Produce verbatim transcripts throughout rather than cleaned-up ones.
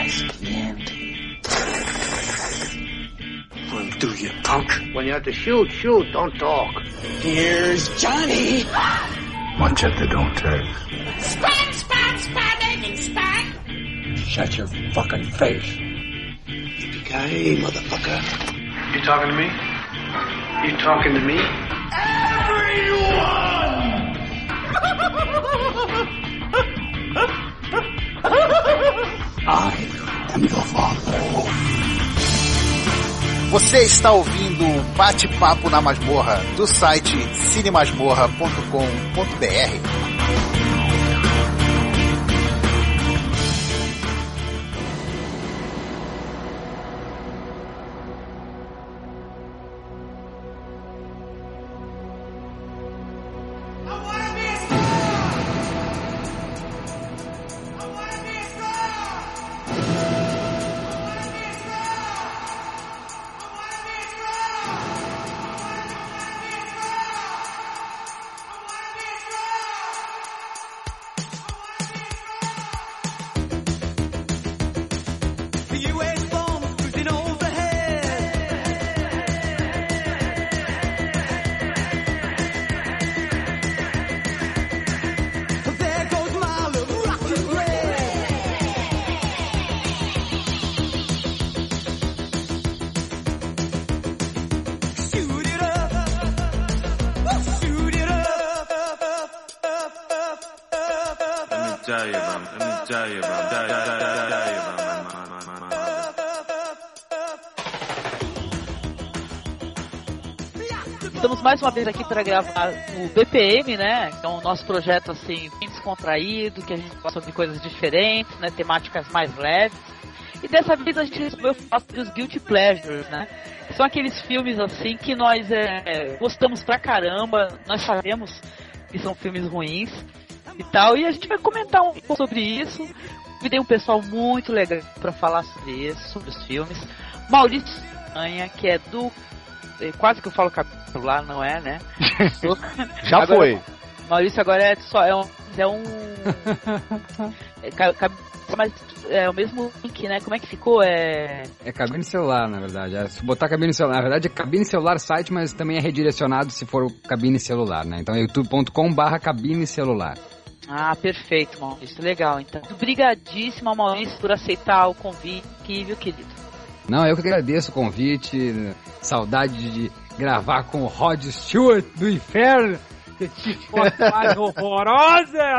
rise to the end. Run through you, punk. When you have to shoot, shoot, don't talk. Here's Johnny. Watch out they don't turn. Span, span, span, and span. Shut your fucking face. Yippee-ki-yay, motherfucker. You talking to me? You talking to me? Everyone! I am your father. Você está ouvindo o Bate-Papo na Masmorra do site cinemasmorra ponto com ponto b r. Estamos mais uma vez aqui para gravar o B P M, né? Que é o nosso projeto assim, bem descontraído, que a gente fala sobre coisas diferentes, né? Temáticas mais leves. E dessa vez a gente resolveu falar dos Guilty Pleasures, né? São aqueles filmes assim que nós é, gostamos pra caramba, nós sabemos que são filmes ruins e tal, e a gente vai comentar um pouco sobre isso. Convidei um pessoal muito legal para falar sobre isso, sobre os filmes. Maurício Anha, que é do... Quase que eu falo cabine celular, não é, né? Já agora, foi. Maurício agora é só... É um... É um é, cabine, mas é o mesmo link, né? Como é que ficou? É, é cabine celular, na verdade. É, se botar cabine celular, na verdade é cabine celular site, mas também é redirecionado se for cabine celular, né? Então é youtube ponto com barra cabine celular. Ah, perfeito, Maurício. Legal, então. Obrigadíssimo, Maurício, por aceitar o convite, viu, querido? Não, eu que agradeço o convite. Saudade de gravar com o Rod Stewart do inferno. Que foto mais horrorosa!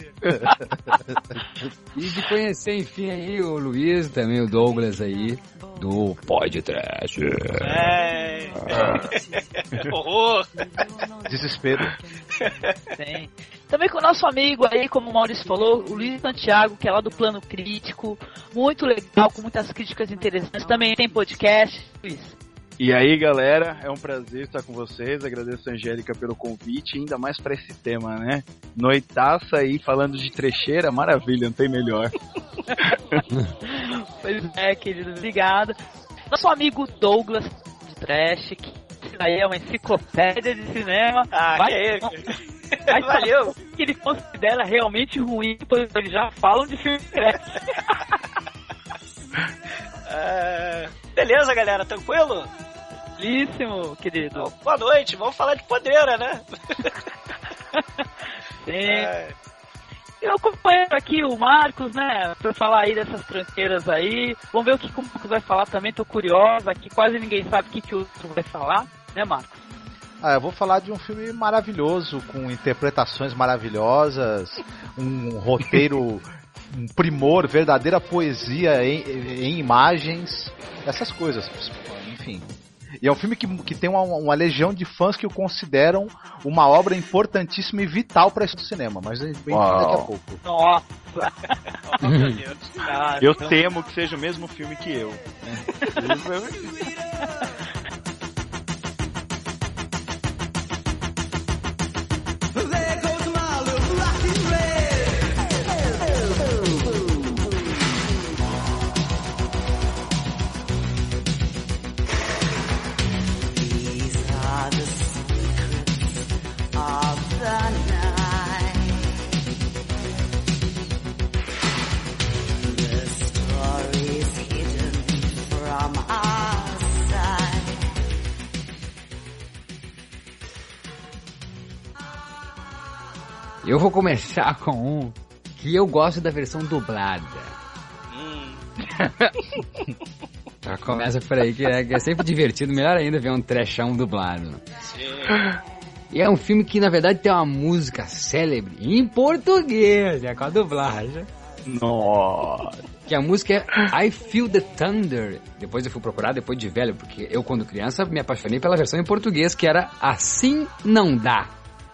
E de conhecer, enfim, aí o Luiz, também o Douglas aí, do Podcast. É. Horror! Desespero. Sim. Também com o nosso amigo aí, como o Maurício falou, o Luiz Santiago, que é lá do Plano Crítico. Muito legal, com muitas críticas interessantes. Também tem podcast, Luiz. E aí, galera, é um prazer estar com vocês. Agradeço a Angélica pelo convite, ainda mais para esse tema, né? Noitaça aí, falando de trecheira, maravilha, não tem melhor. Pois é, querido, obrigado. Nosso amigo Douglas de Trash, que aí é uma enciclopédia de cinema. Ah, vai, que é isso? Vai Valeu! Que ele considera realmente ruim, pois eles já falam de filme trash. uh, beleza, galera, tranquilo? Belíssimo, querido. Boa noite, vamos falar de podreira, né? Sim. Uh, Eu acompanho aqui o Marcos, né, pra falar aí dessas tranqueiras aí. Vamos ver o que o Marcos vai falar também, tô curiosa, aqui quase ninguém sabe o que, que o outro vai falar, né, Marcos? Ah, eu vou falar de um filme maravilhoso, com interpretações maravilhosas, um roteiro, um primor, verdadeira poesia em, em imagens, essas coisas, enfim. E é um filme que, que tem uma, uma legião de fãs que o consideram uma obra importantíssima e vital para esse cinema, mas a gente vem daqui a pouco. Nossa! Oh, meu Deus. Ah, eu então... temo que seja o mesmo filme que eu. Story Eu vou começar com um que eu gosto da versão dublada. Hum. Já começa por aí, que é, que é sempre divertido, melhor ainda ver um trechão dublado. Sim. E é um filme que, na verdade, tem uma música célebre em português, é com a dublagem. Nossa. Que a música é I Feel the Thunder. Depois eu fui procurar, depois de velho, porque eu, quando criança, me apaixonei pela versão em português, que era Assim Não Dá.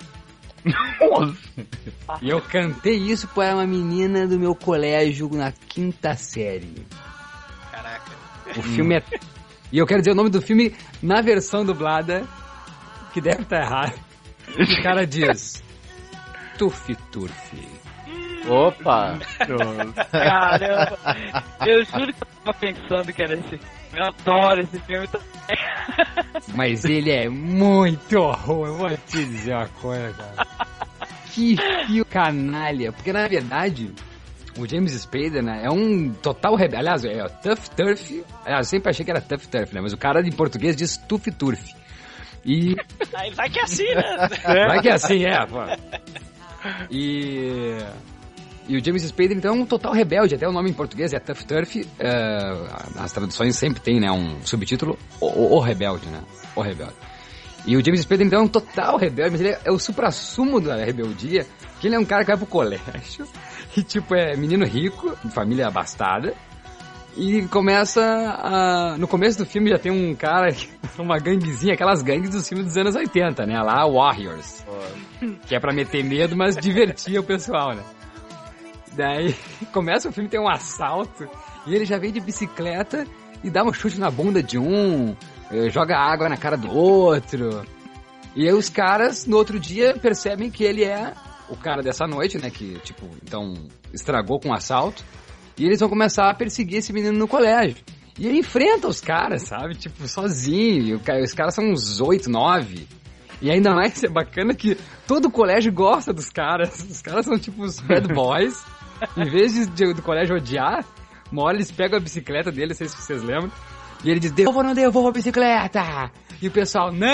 E eu cantei isso para uma menina do meu colégio na quinta série. Caraca. O filme é... E eu quero dizer o nome do filme na versão dublada, que deve estar errado. O cara diz... Tufi Turfi. Opa! Caramba! Eu juro que eu tava pensando que era esse filme. Eu adoro esse filme também. Mas ele é muito ruim, eu vou te dizer uma coisa, cara. Que fio canalha. Porque, na verdade, o James Spader, né, é um total rebelde. Aliás, é o Tough Turf. Aliás, eu sempre achei que era Tough Turf, né? Mas o cara em português diz Tufi Turf. E... Aí vai que é assim, né? Vai que é assim, é, pô. E... E o James Spader, então, é um total rebelde. Até o nome em português é Tough Turf. Uh, as traduções sempre tem, né, um subtítulo, o, o, o Rebelde, né? O Rebelde. E o James Spader, então, é um total rebelde, mas ele é, é o suprassumo da rebeldia, que ele é um cara que vai pro colégio, e, tipo, é menino rico, de família abastada, e começa a... No começo do filme já tem um cara, uma ganguezinha, aquelas gangues dos filmes dos anos oitenta, né? Lá, Warriors. Que é pra meter medo, mas divertir o pessoal, né? Daí começa o filme, tem um assalto e ele já vem de bicicleta e dá um chute na bunda de um, joga água na cara do outro. E aí os caras no outro dia percebem que ele é o cara dessa noite, né, que tipo, então estragou com o assalto. E eles vão começar a perseguir esse menino no colégio. E ele enfrenta os caras, sabe, tipo, sozinho. Os caras são uns oito, nove. E ainda mais é bacana que todo o colégio gosta dos caras. Os caras são tipo os bad boys. Em vez de, de do colégio odiar, uma hora eles pegam a bicicleta dele, não sei se vocês lembram. E ele diz, devolva ou não devolva a bicicleta? E o pessoal, não!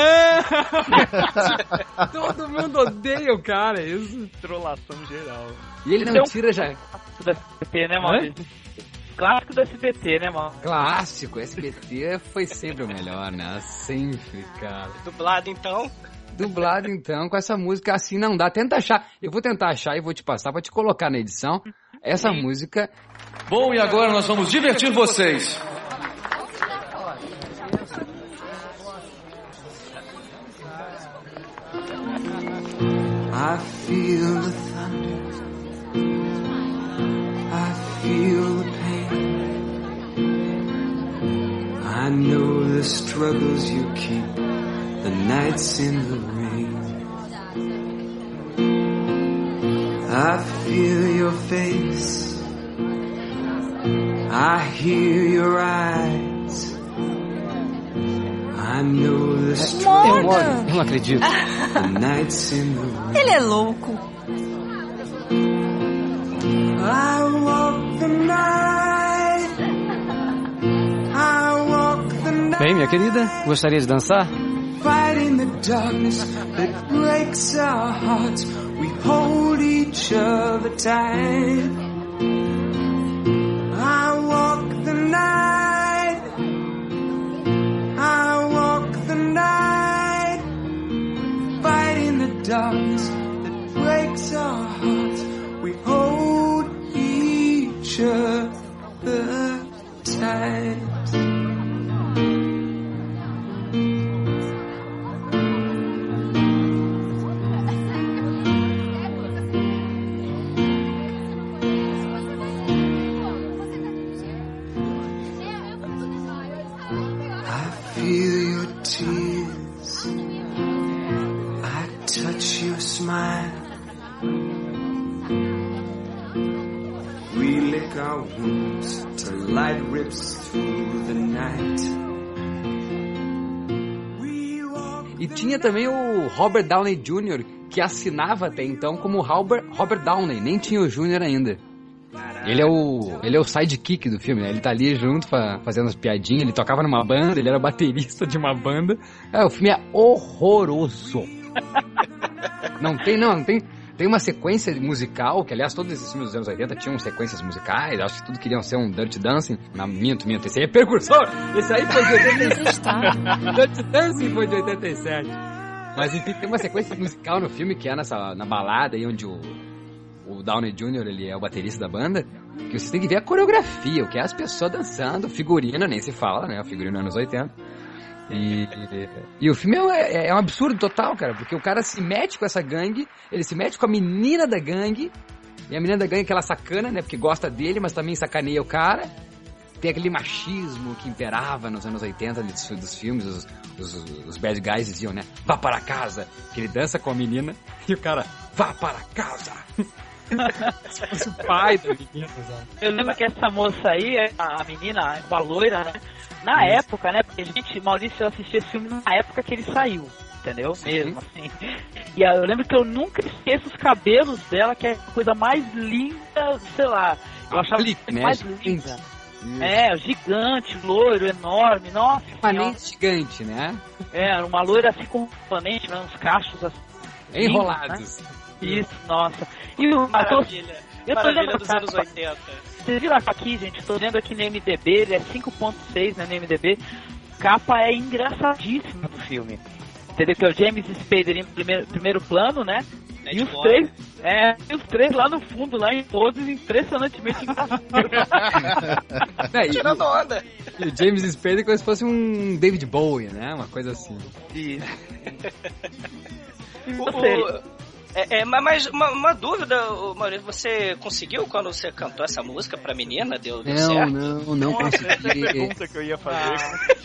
Todo mundo odeia o cara, isso. Trollação geral. E ele não tira já... Clássico do S B T, né, mano? Clássico do S B T, né, mano? Clássico, S B T foi sempre o melhor, né? Sempre, cara. Dublado, então... Dublado, então, com essa música Assim Não Dá. Tenta achar. Eu vou tentar achar e vou te passar pra te colocar na edição. Essa Sim. música... Bom, e agora nós vamos divertir vocês. I feel the thunder. I feel the pain. I know the struggles you keep. The nights in the rain. I feel your face. I hear your eyes. I know the struggles. Eu não acredito. The nights in the rain. Ele é louco. I walk the night. I walk the night. Bem, minha querida, gostaria de dançar? Fighting the darkness that breaks our hearts. We hold each other tight. I walk the night. I walk the night. Fighting the darkness that breaks our hearts. We hold each other tight. E tinha também o Robert Downey Júnior, que assinava até então como Robert, Robert Downey, nem tinha o Júnior ainda. Ele é o ele é o sidekick do filme, né? Ele tá ali junto fa, fazendo as piadinhas, ele tocava numa banda, ele era baterista de uma banda. É, o filme é horroroso. Não tem, não, não tem... Tem uma sequência musical, que aliás todos esses filmes dos anos oitenta tinham sequências musicais, acho que tudo queriam ser um Dirty Dancing. Na minto, minto, esse aí é Precursor! Esse aí foi de oitenta e sete. Dirty Dancing foi de oitenta e sete. Mas enfim, tem uma sequência musical no filme que é nessa, na balada aí onde o, o Downey Júnior ele é o baterista da banda, que você tem que ver a coreografia, o que é as pessoas dançando, figurino, nem se fala, né? O figurino anos oitenta. E, e, e o filme é, é um absurdo total, cara, porque o cara se mete com essa gangue, ele se mete com a menina da gangue, e a menina da gangue é aquela sacana, né? Porque gosta dele, mas também sacaneia o cara. Tem aquele machismo que imperava nos anos oitenta dos, dos filmes, os, os, os bad guys diziam, né? Vá para casa, que ele dança com a menina, e o cara, vá para casa. Se fosse o pai da menina, sabe? Eu lembro que essa moça aí, a menina, uma loira, né? Na Isso. época, né? Porque, gente, Maurício, eu assisti esse filme na época que ele saiu, entendeu? Sim. Mesmo, assim. E eu lembro que eu nunca esqueço os cabelos dela, que é a coisa mais linda, sei lá. Eu achava Clique, a né? mais linda. Isso. É, gigante, loiro, enorme, nossa. Permanente gigante, né? É, uma loira assim com permanente, né? Uns cachos assim. Enrolados. Né? Isso, nossa. E o Maravilha. Eu tô Maravilha vendo dos anos oitenta. Vocês viram aqui, gente? Tô vendo aqui no M D B, ele é cinco ponto seis, né, no M D B. Capa é engraçadíssima do filme. Entendeu? Que é o James Spader em primeiro, primeiro plano, né? É e os boa. três, é, e os três lá no fundo, lá em poses impressionantemente engraçados. É, tirando onda. E o James Spader como se fosse um David Bowie, né? Uma coisa assim. Isso. o, o, é, é, mas uma, uma dúvida, Maurício, você conseguiu quando você cantou essa música pra menina? Deu, deu não, certo? Não, não consegui. Essa é a pergunta que eu ia fazer.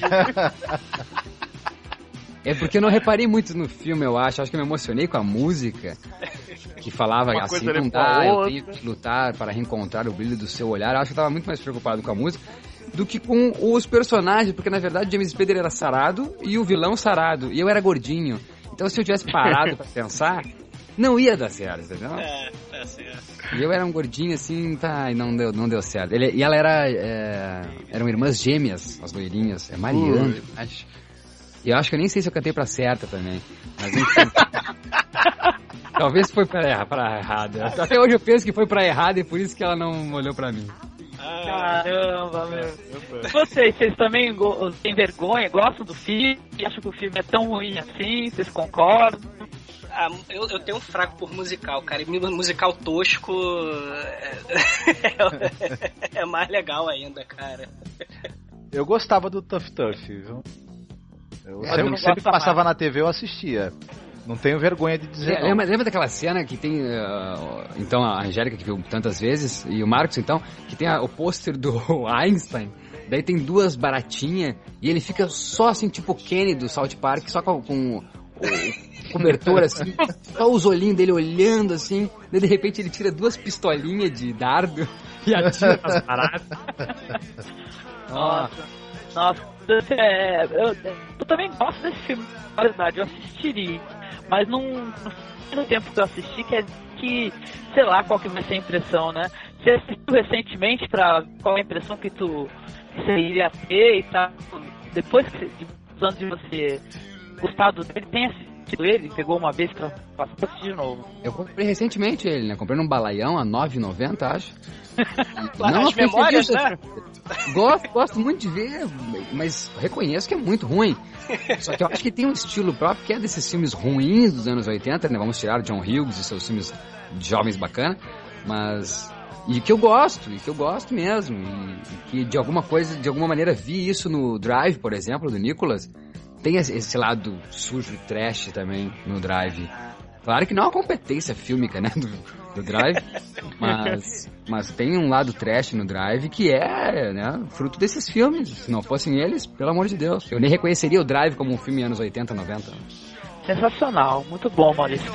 É porque eu não reparei muito no filme, eu acho. Acho que eu me emocionei com a música. Que falava Uma assim, coisa não dá, eu tenho que lutar para reencontrar o brilho do seu olhar. Eu acho que eu tava muito mais preocupado com a música do que com os personagens, porque na verdade o James Spader era sarado e o vilão sarado, e eu era gordinho. Então se eu tivesse parado pra pensar, não ia dar certo, entendeu? É, tá certo. E eu era um gordinho assim, tá, e não deu, não deu certo. Ele, e ela era, é, eram irmãs gêmeas, as loirinhas, é Mariana, eu acho. E eu acho que eu nem sei se eu cantei pra certa também. Mas enfim. Talvez foi pra, pra errada. Até hoje eu penso que foi pra errada e por isso que ela não olhou pra mim. Caramba, meu. Vocês, vocês também go- têm vergonha, gostam do filme? Acham que o filme é tão ruim assim? Vocês concordam? Ah, eu, eu tenho um fraco por musical, cara. E musical tosco é, é mais legal ainda, cara. Eu gostava do Tough Turf, viu? Eu É, sempre, eu não sempre gosto passava mais. na T V, eu assistia. Não tenho vergonha de dizer É, não. lembra, lembra daquela cena que tem, uh, então, a Angélica que viu tantas vezes, e o Marcos, então, que tem a, o pôster do Einstein, daí tem duas baratinhas, e ele fica só assim, tipo o Kenny do South Park, só com, com o, o cobertor, assim, só os olhinhos dele olhando, assim, daí de repente ele tira duas pistolinhas de dardo e atira nas baratas. Nossa, nossa, é, eu, eu também gosto desse filme, na verdade, eu assistiria, mas não, no tempo que eu assisti, quer dizer que, sei lá, qual que vai ser a impressão, né? Você assistiu recentemente, pra qual é a impressão que tu que você iria ter e tal, depois que de anos de você gostado dele, tem assistido ele, pegou uma vez pra, pra assistir de novo. Eu comprei recentemente ele, né? Comprei num balaião a nove reais e noventa centavos, acho. Não, as memórias, né? Gosto, gosto muito de ver, mas reconheço que é muito ruim. Só que eu acho que tem um estilo próprio que é desses filmes ruins dos anos oitenta, né? Vamos tirar John Hughes e seus filmes de jovens bacana, mas... E que eu gosto, e que eu gosto mesmo. E, e que de alguma coisa, de alguma maneira vi isso no Drive, por exemplo, do Nicolas. Tem esse lado sujo e trash também no Drive. Claro que não é uma competência fílmica, né, do, do Drive, mas, mas tem um lado trash no Drive que é, né, fruto desses filmes. Se não fossem eles, pelo amor de Deus. Eu nem reconheceria o Drive como um filme anos oitenta, noventa. Sensacional, muito bom, Maurício.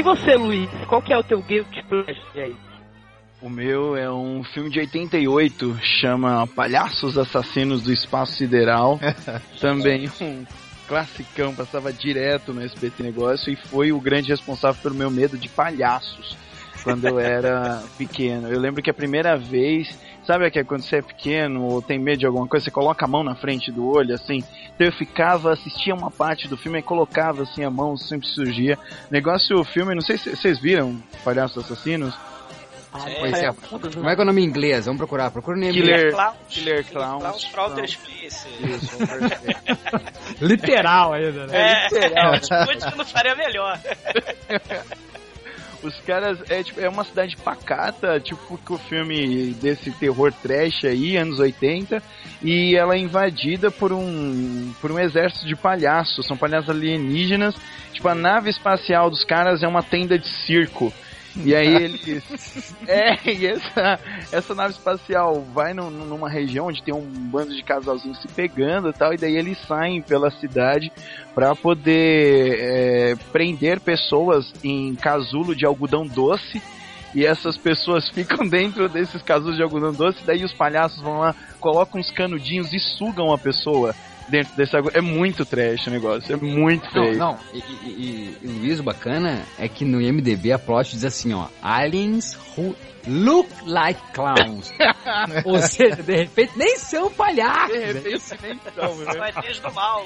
E você, Luiz, qual que é o teu guilty pleasure aí? O meu é um filme de oitenta e oito, chama Palhaços Assassinos do Espaço Sideral. Também um classicão, passava direto no S B T Negócio e foi o grande responsável pelo meu medo de palhaços quando eu era pequeno. Eu lembro que a primeira vez, sabe que é quando você é pequeno ou tem medo de alguma coisa, você coloca a mão na frente do olho, assim. Então eu ficava, assistia uma parte do filme e colocava assim a mão, sempre surgia. Negócio, o filme, não sei se vocês viram Palhaços Assassinos. Ah, pois é. Como é que é o nome em inglês? Vamos procurar. Procura no Killer, Clowns. Killer Clowns. Clowns Place. Literal ainda, né? É, literal. Tipo, não faria melhor. Os caras, é, tipo, é uma cidade pacata, tipo que o filme desse terror trash aí, anos oitenta, e ela é invadida por um por um exército de palhaços, são palhaços alienígenas, tipo a nave espacial dos caras é uma tenda de circo. E aí eles... É, e essa, essa nave espacial vai no, numa região onde tem um bando de casalzinhos se pegando e tal, e daí eles saem pela cidade pra poder é, prender pessoas em casulo de algodão doce, e essas pessoas ficam dentro desses casulos de algodão doce, daí os palhaços vão lá, colocam uns canudinhos e sugam a pessoa dentro desse agulha. É muito trash o negócio, é muito feio. Não, não. E, e, e, Luiz, o bacana é que no I M D B a plot diz assim, ó, aliens who look like clowns. Ou seja, de repente nem são palhaços. De repente nem são, né? Vai desde do mal.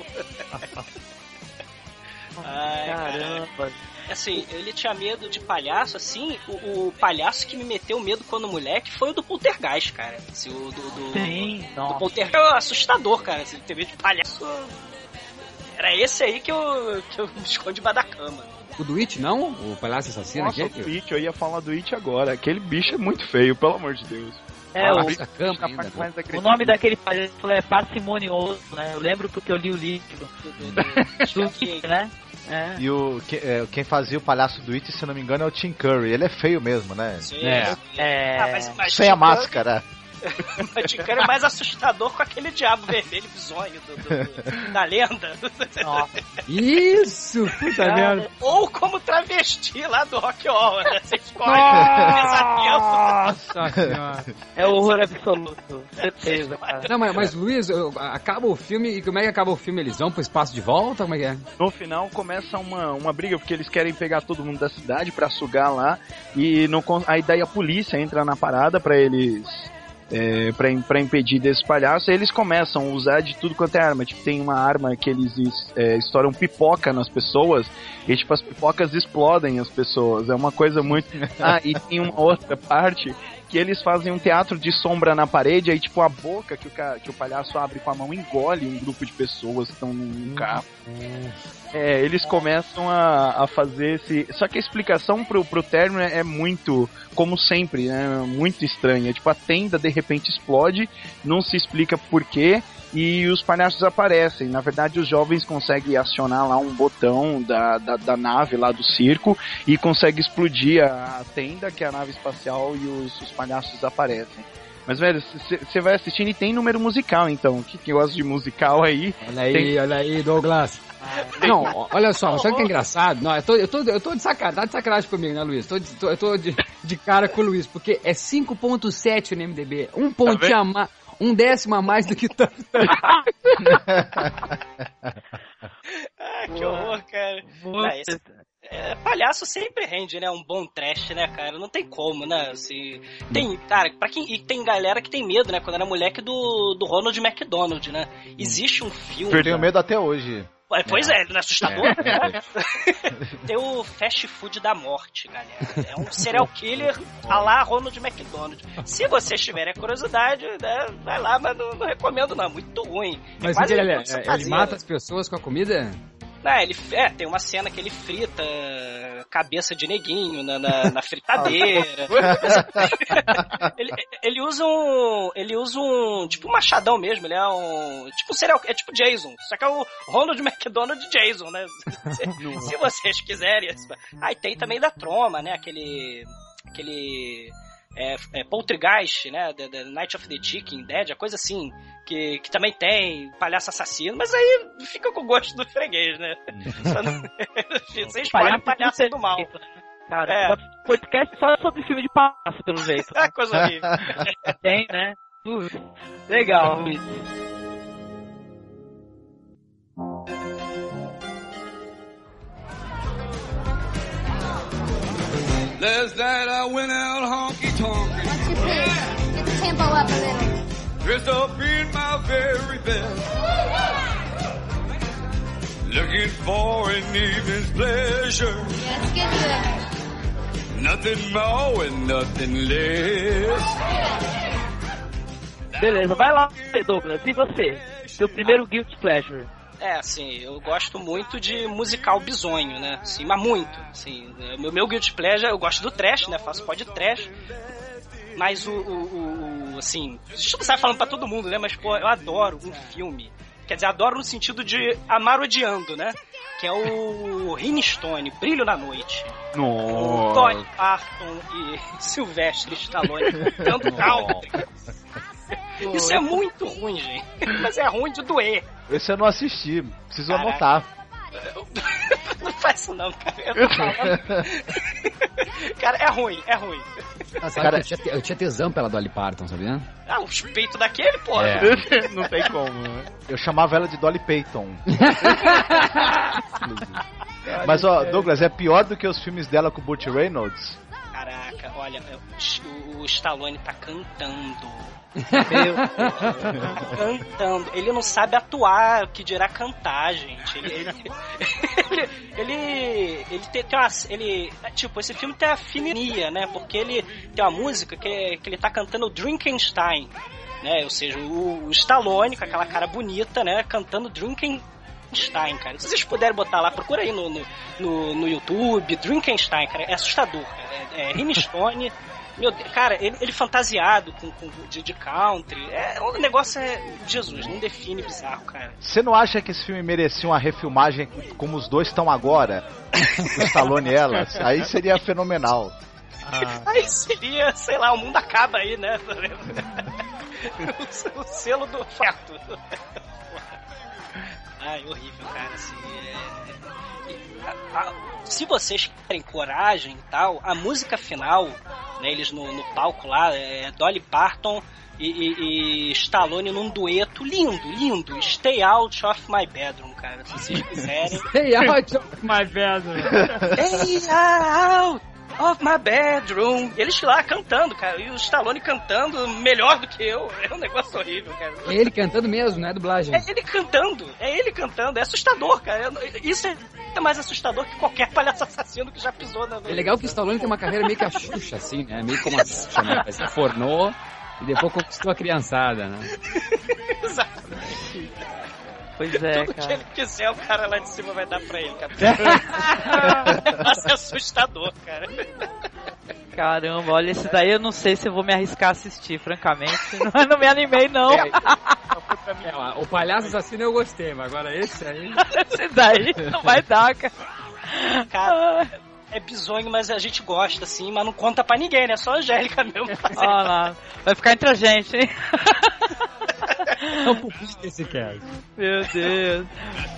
Ai, caramba. Cara. Assim, ele tinha medo de palhaço, assim, o, o palhaço que me meteu medo quando moleque foi o do Poltergeist, cara. Assim, o do, do, Sim, do Poltergeist é assustador, cara. Assim, ter medo de palhaço. Era esse aí que eu, que eu me escondi debaixo da cama. O do It, não? O palhaço assassino? Nossa, aqui? o It, eu ia falar do It agora. Aquele bicho é muito feio, pelo amor de Deus. É, ah, o, bicho, cama ainda, o nome daquele palhaço é parcimonioso, né? Eu lembro porque eu li o livro do, do, do, do né? É. E o, que, é, quem fazia o palhaço do It, se não me engano, é o Tim Curry. Ele é feio mesmo, né? Sim, é. é. Ah, mas, mas sem a máscara. O Tim Curry é mais assustador com aquele diabo vermelho bizonho do, do, da lenda. Nossa. Isso! Puta merda. Ou como travesti lá do Rock Horror, né? Você escolhe Nossa senhora. É horror absoluto. Certeza, cara. Não, mas, mas Luiz, acaba o filme e como é que acaba o filme? Eles vão pro espaço de volta? Como é que é? No final começa uma, uma briga, porque eles querem pegar todo mundo da cidade pra sugar lá, e não, aí daí a polícia entra na parada pra eles... É, pra, pra impedir desses palhaços, aí eles começam a usar de tudo quanto é arma. Tipo, tem uma arma que eles é, estouram pipoca nas pessoas, e tipo, as pipocas explodem as pessoas. É uma coisa muito... Ah, e tem uma outra parte que eles fazem um teatro de sombra na parede, aí tipo, a boca que o, que o palhaço abre com a mão engole um grupo de pessoas que estão num carro. É, eles começam a, a fazer esse... Só que a explicação pro, pro término é muito, como sempre, né? Muito estranha. Tipo, a tenda de repente explode, não se explica por quê, e os palhaços aparecem. Na verdade, os jovens conseguem acionar lá um botão da, da, da nave lá do circo e conseguem explodir a, a tenda, que é a nave espacial, e os, os palhaços aparecem. Mas, velho, você vai assistindo e tem número musical, então. Que, que gosta de musical aí... Olha aí, tem... olha aí, Douglas. Não, olha só, sabe o que é engraçado? Não, eu tô, eu tô, eu tô de sacanagem, tá de sacanagem comigo, né, Luiz? Tô de, tô, eu tô de, de cara com o Luiz, porque é cinco ponto sete no M D B, um pontinho tá a mais, um décimo a mais do que tá. Ah, que horror, cara. Não, esse, é, palhaço sempre rende, né? Um bom trash, né, cara? Não tem como, né? Assim, tem, cara, pra quem, e tem galera que tem medo, né? Quando era moleque do, do Ronald McDonald, né? Existe um filme... Eu tenho medo até hoje. Pois é, não é assustador? É. Tem o Fast Food da Morte, galera. É um serial killer a lá Ronald McDonald. Se vocês tiverem a curiosidade, né, vai lá, mas não, não recomendo não, muito ruim. Mas é ele, ele, ele mata as pessoas com a comida? Não, ele, é, tem uma cena que ele frita cabeça de neguinho na, na, na fritadeira. ele, ele usa um. Ele usa um. Tipo um machadão mesmo, ele é um. Tipo um serial. É tipo Jason. Só que é o Ronald McDonald Jason, né? Se, se vocês quiserem. Aí ah, tem também da Troma, né? Aquele. Aquele. É, é, Poltergeist, né? The, the Night of the Chicken Dead, a coisa assim, que, que também tem palhaço assassino, mas aí fica com o gosto do freguês, né? Você escolhe o palhaço do mal. Cara, É. podcast só sobre filme de palhaço, pelo jeito. É coisa horrível. Tem, né? Uh, legal, Luiz. Last night I went out honky tonk. What's your please? Get the tempo up a little. Dressed up in my very best. Looking for an evening's pleasure. Yes, get to it. Nothing more and nothing less. Beleza, vai lá, Douglas. E você? Seu primeiro Guilty Pleasure? É, assim, eu gosto muito de musical bizonho, né? Assim, mas muito. Assim, meu, meu guilty pleasure, eu gosto do trash, né? Faço pod trash. Mas o, o, o assim, a gente não sai falando pra todo mundo, né? Mas, pô, eu adoro um filme. Quer dizer, adoro no sentido de amar odiando, né? Que é o Rini Stone, Brilho na Noite. Nossa. Tony Parton e Sylvester Stallone cantando country. Isso é muito ruim, gente. Mas é ruim de doer. Esse eu não assisti, preciso Caraca. anotar. Não faz isso não, cara. Eu tô falando. Cara, é ruim, é ruim. Ah, sabe Cara- que eu, tinha, eu tinha tesão pela Dolly Parton, sabia? Ah, os peitos daquele, pô. É. Não tem como, né? Eu chamava ela de Dolly Payton. Mas ó, Douglas, é pior do que os filmes dela com o Burt Reynolds? Caraca, olha, o, o Stallone tá cantando. Meu Cantando. Ele não sabe atuar, o que dirá cantar, gente. Ele. Ele. Ele. Ele, ele tem, tem uma. Ele, tipo, esse filme tem a finia, né? Porque ele tem uma música que, que ele tá cantando Drinkenstein, né? Ou seja, o, o Stallone com aquela cara bonita, né? Cantando Drinkenstein, cara. Se vocês puderem botar lá, procura aí no, no, no, no YouTube, Drinkenstein, cara. É assustador, cara. É, é Rini Stone. Meu Deus, cara, ele, ele fantasiado com, com de, de country. É, o negócio é. Jesus, não define bizarro, cara. Você não acha que esse filme merecia uma refilmagem como os dois estão agora? O Stallone e ela? Aí seria fenomenal. Ah. Aí seria, sei lá, o mundo acaba aí, né? o, o selo do fato. Ai, horrível, cara, assim. É... A, a, se vocês querem coragem e tal, a música final, né, eles no, no palco lá, é Dolly Parton e, e, e Stallone num dueto lindo, lindo. Stay out of my bedroom, cara, se vocês quiserem. Stay out of my bedroom. Stay out of my bedroom. E eles lá cantando, cara, e o Stallone cantando melhor do que eu. É um negócio horrível, cara. É ele cantando mesmo, não é dublagem. É ele cantando, é ele cantando, é assustador, cara. Isso é mais assustador que qualquer palhaço assassino que já pisou na... É legal que o Stallone tem uma carreira meio que a Xuxa, assim, né? Meio como a Xuxa, né? Se fornou e depois conquistou a criançada, né? Exatamente. Pois é, Tudo cara. que ele quiser, o cara lá de cima vai dar pra ele, cara. Isso é assustador, cara. Caramba, olha, esse daí eu não sei se eu vou me arriscar a assistir, francamente. Não, não me animei, não. É, o palhaço assassino eu gostei, mas agora esse aí... Esse daí não vai dar, cara. Cara, é bizonho, mas a gente gosta, assim, mas não conta pra ninguém, né? Só a Angélica mesmo. Olha lá, vai ficar entre a gente, hein? Não publica esse cast. Meu Deus.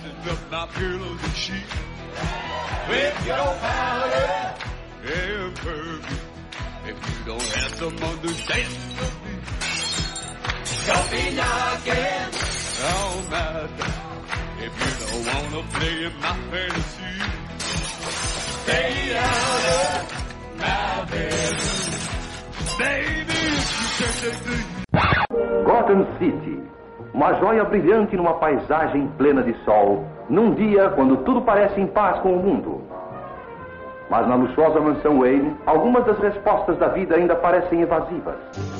Gotham City, uma joia brilhante numa paisagem plena de sol, num dia quando tudo parece em paz com o mundo. Mas na luxuosa mansão Wayne, algumas das respostas da vida ainda parecem evasivas.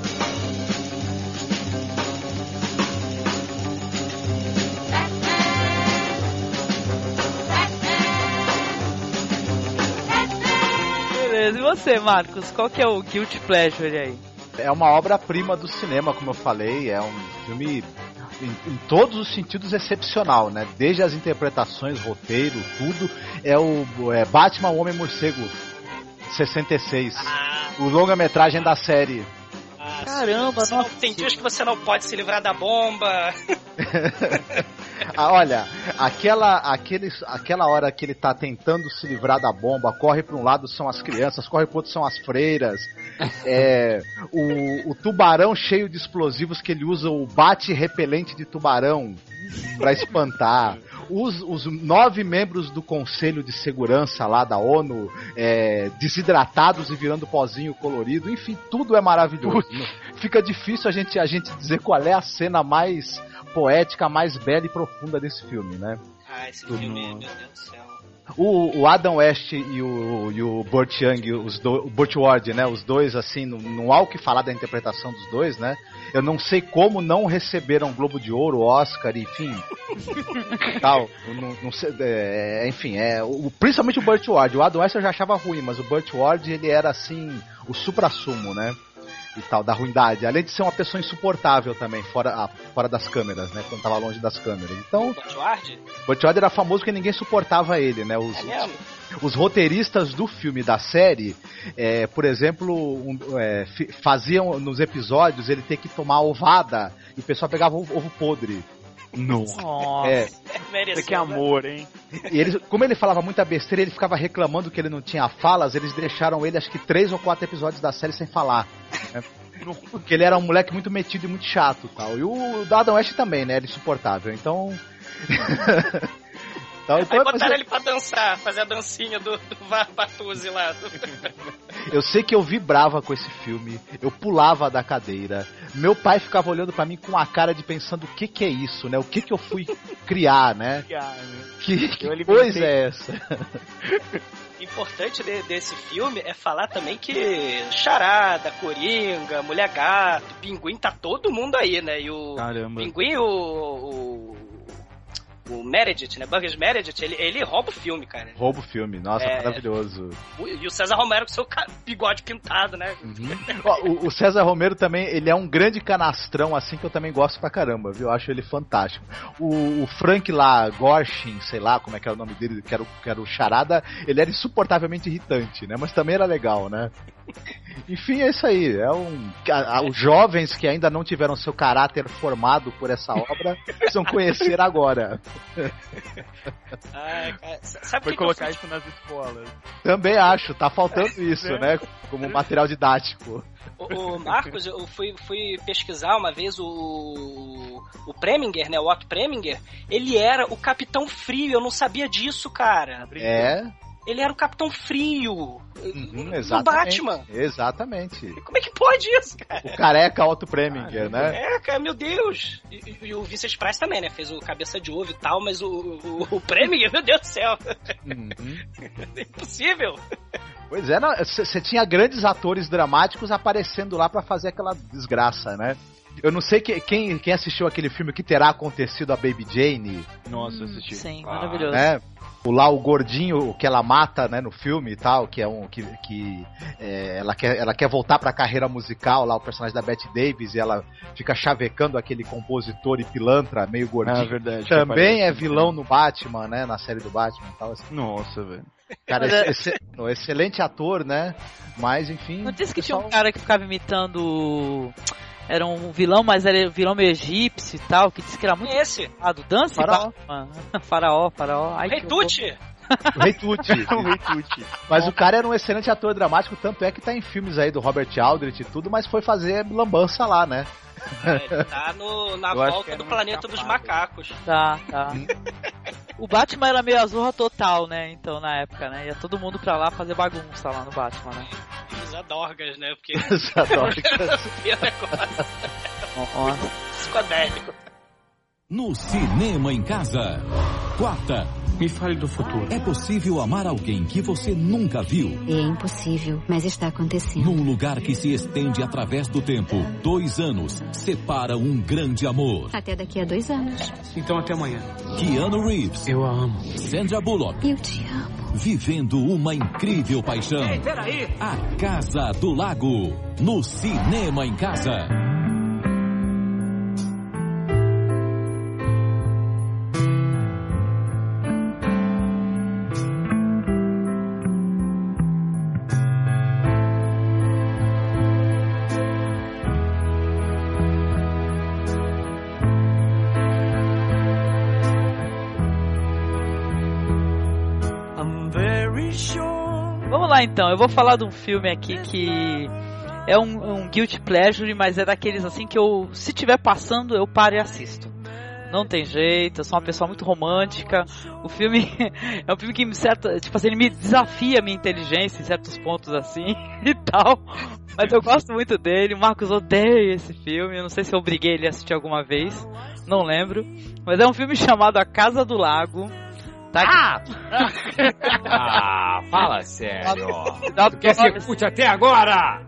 Beleza, e você, Marcos? Qual que é o Guilty Pleasure aí? É uma obra-prima do cinema, como eu falei, é um filme em, em todos os sentidos excepcional, né? Desde as interpretações, roteiro, tudo. É o é Batman, o Homem-Morcego, sessenta e seis. Ah, o longa-metragem da série. ah, Caramba, você não, tem dias que você não pode se livrar da bomba. Ah, olha, aquela, aquele, aquela hora que ele tá tentando se livrar da bomba, corre pra um lado são as crianças, corre pro outro são as freiras. É, o, o tubarão cheio de explosivos que ele usa o bate-repelente de tubarão pra espantar. Os, os nove membros do Conselho de Segurança lá da ONU é, desidratados e virando pozinho colorido, enfim, tudo é maravilhoso. Fica difícil a gente, a gente dizer qual é a cena mais poética, mais bela e profunda desse filme, né? Ah, esse filme, meu Deus do céu. O, o Adam West e o, e o Burt Young, os do, o Burt Ward, né? Os dois, assim, não, não há o que falar da interpretação dos dois, né? Eu não sei como não receberam Globo de Ouro, Oscar, enfim. tal. Não, não sei, é, enfim, é, o, principalmente o Burt Ward. O Adam West eu já achava ruim, mas o Burt Ward, ele era, assim, o supra-sumo, né? E tal, da ruindade, além de ser uma pessoa insuportável também, fora, a, fora das câmeras, né, quando tava longe das câmeras. Então, Burt Ward? Burt Ward era famoso porque ninguém suportava ele, né, os, é os, os roteiristas do filme, da série, é, por exemplo, um, é, faziam nos episódios ele ter que tomar ovada e o pessoal pegava ovo, ovo podre. Nossa. É. Isso que é amor, hein? E eles, como ele falava muita besteira, ele ficava reclamando que ele não tinha falas, eles deixaram ele acho que três ou quatro episódios da série sem falar. Né? Porque ele era um moleque muito metido e muito chato, tal. E o Adam West também, né? Ele é insuportável. Então... então, então aí botaram ele pra dançar, fazer a dancinha do, do Varpatuzzi lá. Eu sei que eu vibrava com esse filme, eu pulava da cadeira, meu pai ficava olhando pra mim com a cara de pensando o que que é isso, né? O que que eu fui criar, né? Que, que coisa é essa? Importante de, desse filme é falar também que Charada, Coringa, Mulher Gato, Pinguim, tá todo mundo aí, né? E o Caramba. Pinguim, o, o, o Meredith, né? Burgess Meredith, ele, ele rouba o filme, cara. Rouba o filme, nossa, é, maravilhoso. E o César Romero com seu bigode pintado, né? Uhum. o, o César Romero também, ele é um grande canastrão, assim, que eu também gosto pra caramba, viu? Eu acho ele fantástico. O, o Frank lá, Gorshin, sei lá como é que era o nome dele, que era, o, que era o Charada, ele era insuportavelmente irritante, né? Mas também era legal, né? Enfim, é isso aí. É um, a, a, os jovens que ainda não tiveram seu caráter formado por essa obra precisam conhecer agora. Ai, cara, sabe Foi que colocar que isso nas escolas. Também acho, tá faltando isso, né? Como material didático. O, o Marcos, eu fui, fui pesquisar uma vez o, o Preminger, né? O Otto Preminger, ele era o Capitão Frio, eu não sabia disso, cara. É... Ele era o Capitão Frio uhum, do Batman. Exatamente. Como é que pode isso, cara? O careca Otto Preminger, ah, né? É, cara, meu Deus. E, e, e o Vincent Price também, né? Fez o Cabeça de Ovo e tal, mas o, o, o Preminger, meu Deus do céu. Uhum. É impossível. Pois é, você tinha grandes atores dramáticos aparecendo lá pra fazer aquela desgraça, né? Eu não sei que, quem, quem assistiu aquele filme Que Terá Acontecido a Baby Jane. Nossa, eu assisti. Sim, ah, maravilhoso. Né? O lá, o gordinho que ela mata, né, no filme e tal, que é um que, que é, ela, quer, ela quer voltar pra carreira musical, lá o personagem da Bette Davis, e ela fica chavecando aquele compositor e pilantra meio gordinho. Ah, verdade. Também é vilão no Batman, né, na série do Batman e tal. Assim. Nossa, velho. Cara, é... esse, excelente ator, né, mas enfim... Não disse que pessoal... tinha um cara que ficava imitando... Era um vilão, mas era vilão meio egípcio e tal, que disse que era muito... Esse? Ah, do Dance Faraó. Faraó, Faraó. Ai, Rei Tuti! O Rei Tuti. O Rei Tuti. Mas o cara era um excelente ator dramático, tanto é que tá em filmes aí do Robert Aldrich e tudo, mas foi fazer lambança lá, né? É, ele tá no, na Eu volta do planeta dos macacos. Tá, tá. O Batman era meio azurra total, né? Então, na época, né? Ia todo mundo pra lá fazer bagunça lá no Batman, né? Os adorgas, né? Porque... Os adorgas. Psicodélico. No Cinema em Casa. Quarta. Me fale do futuro. É possível amar alguém que você nunca viu? É impossível, mas está acontecendo. Num lugar que se estende através do tempo. Dois anos separam um grande amor. Até daqui a dois anos. Então até amanhã. Keanu Reeves. Eu a amo. Sandra Bullock. Eu te amo. Vivendo uma incrível paixão. Ei, peraí. A Casa do Lago. No Cinema em Casa. lá então, eu vou falar de um filme aqui que é um, um guilty pleasure, mas é daqueles assim que eu, se tiver passando, eu paro e assisto. Não tem jeito, eu sou uma pessoa muito romântica. O filme é um filme que, certo, tipo assim, ele me desafia a minha inteligência em certos pontos assim e tal. Mas eu gosto muito dele. O Marcos odeia esse filme. Eu não sei se eu obriguei ele a assistir alguma vez. Não lembro. Mas é um filme chamado A Casa do Lago. Tá aqui. Ah, fala sério. Dá Tu quer ser pute até agora?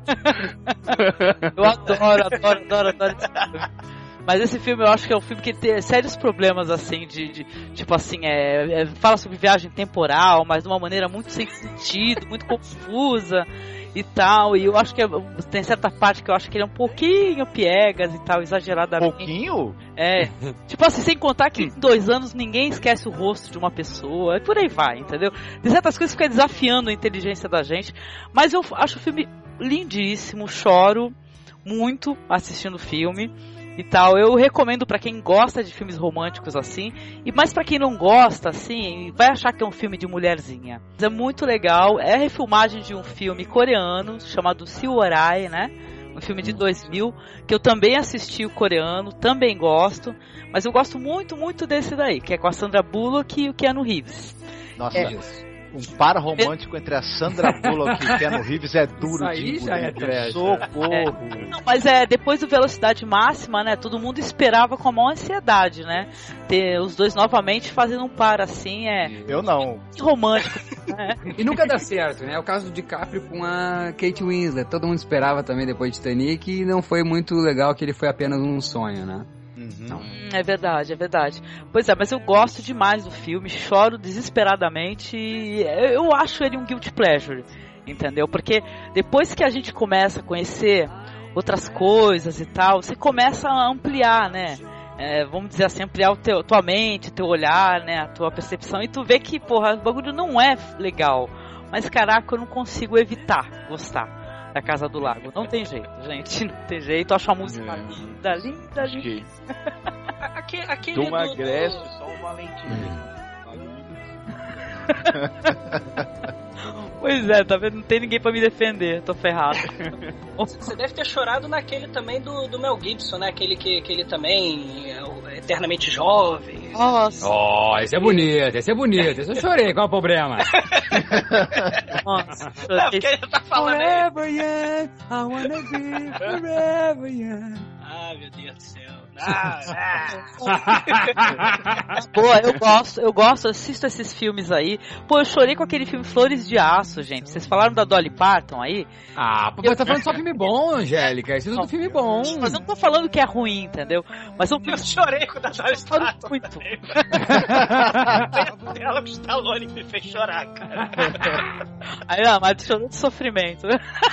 Eu adoro, adoro, adoro, adoro esse filme. Mas esse filme eu acho que é um filme que tem sérios problemas, assim, de, de tipo assim, é, é, fala sobre viagem temporal, mas de uma maneira muito sem sentido, muito confusa e tal, e eu acho que é, tem certa parte que eu acho que ele é um pouquinho piegas e tal, exageradamente. Pouquinho? É, tipo assim, sem contar que em dois anos ninguém esquece o rosto de uma pessoa, e por aí vai, entendeu? Tem certas coisas que ficam desafiando a inteligência da gente, mas eu acho o filme lindíssimo, choro muito assistindo o filme e tal. Eu recomendo pra quem gosta de filmes românticos assim, e mais pra quem não gosta assim, vai achar que é um filme de mulherzinha. É muito legal, é a refilmagem de um filme coreano chamado Seorai, né? Um filme de dois mil, que eu também assisti o coreano, também gosto, mas eu gosto muito, muito desse daí, que é com a Sandra Bullock e o Keanu Reeves. Nossa, é. Um par romântico entre a Sandra Bullock e Keanu Reeves é duro Isso aí de já é trash. Socorro. É. Não, mas é, depois do Velocidade Máxima, né, todo mundo esperava com a maior ansiedade, né, ter os dois novamente fazendo um par assim, é... Eu não. Romântico, né? E nunca dá certo, né, é o caso do DiCaprio com a Kate Winslet, todo mundo esperava também depois de Titanic e não foi muito legal, que ele foi apenas um sonho, né. Hum, é verdade, é verdade. Pois é, mas eu gosto demais do filme, choro desesperadamente e eu acho ele um guilty pleasure, entendeu? Porque depois que a gente começa a conhecer outras coisas e tal, você começa a ampliar, né? É, vamos dizer assim, ampliar o teu, tua mente, teu olhar, né? A tua percepção, e tu vê que, porra, o bagulho não é legal. Mas caraca, eu não consigo evitar gostar da Casa do Lago. Não tem jeito, gente. Não tem jeito. Eu acho a música é. linda, linda, linda. Aquele, aquele do Magresso, do... só o Valentim. Pois é, tá vendo? Não tem ninguém pra me defender. Tô ferrado. Você deve ter chorado naquele também do, do Mel Gibson, né? Aquele que, que ele também é eternamente jovem. Nossa. Oh, esse é bonito, esse é bonito. Esse eu chorei, qual é o problema? Nossa, não, porque ele tá falando forever young, I wanna be forever young. Ah, meu Deus do céu. Ah, ah. Pô, eu gosto, eu gosto, eu assisto esses filmes aí. Pô, eu chorei com aquele filme Flores de Aço, gente. Vocês falaram da Dolly Parton aí? Ah, pô, eu... tá falando só filme bom, Angélica. Isso é tudo filme bom. Mas eu não tô falando que é ruim, entendeu? Mas eu, eu chorei com a Dolly Parton. Muito. Ela me Stallone que me fez chorar, cara. Aí, não, mas chorou de sofrimento.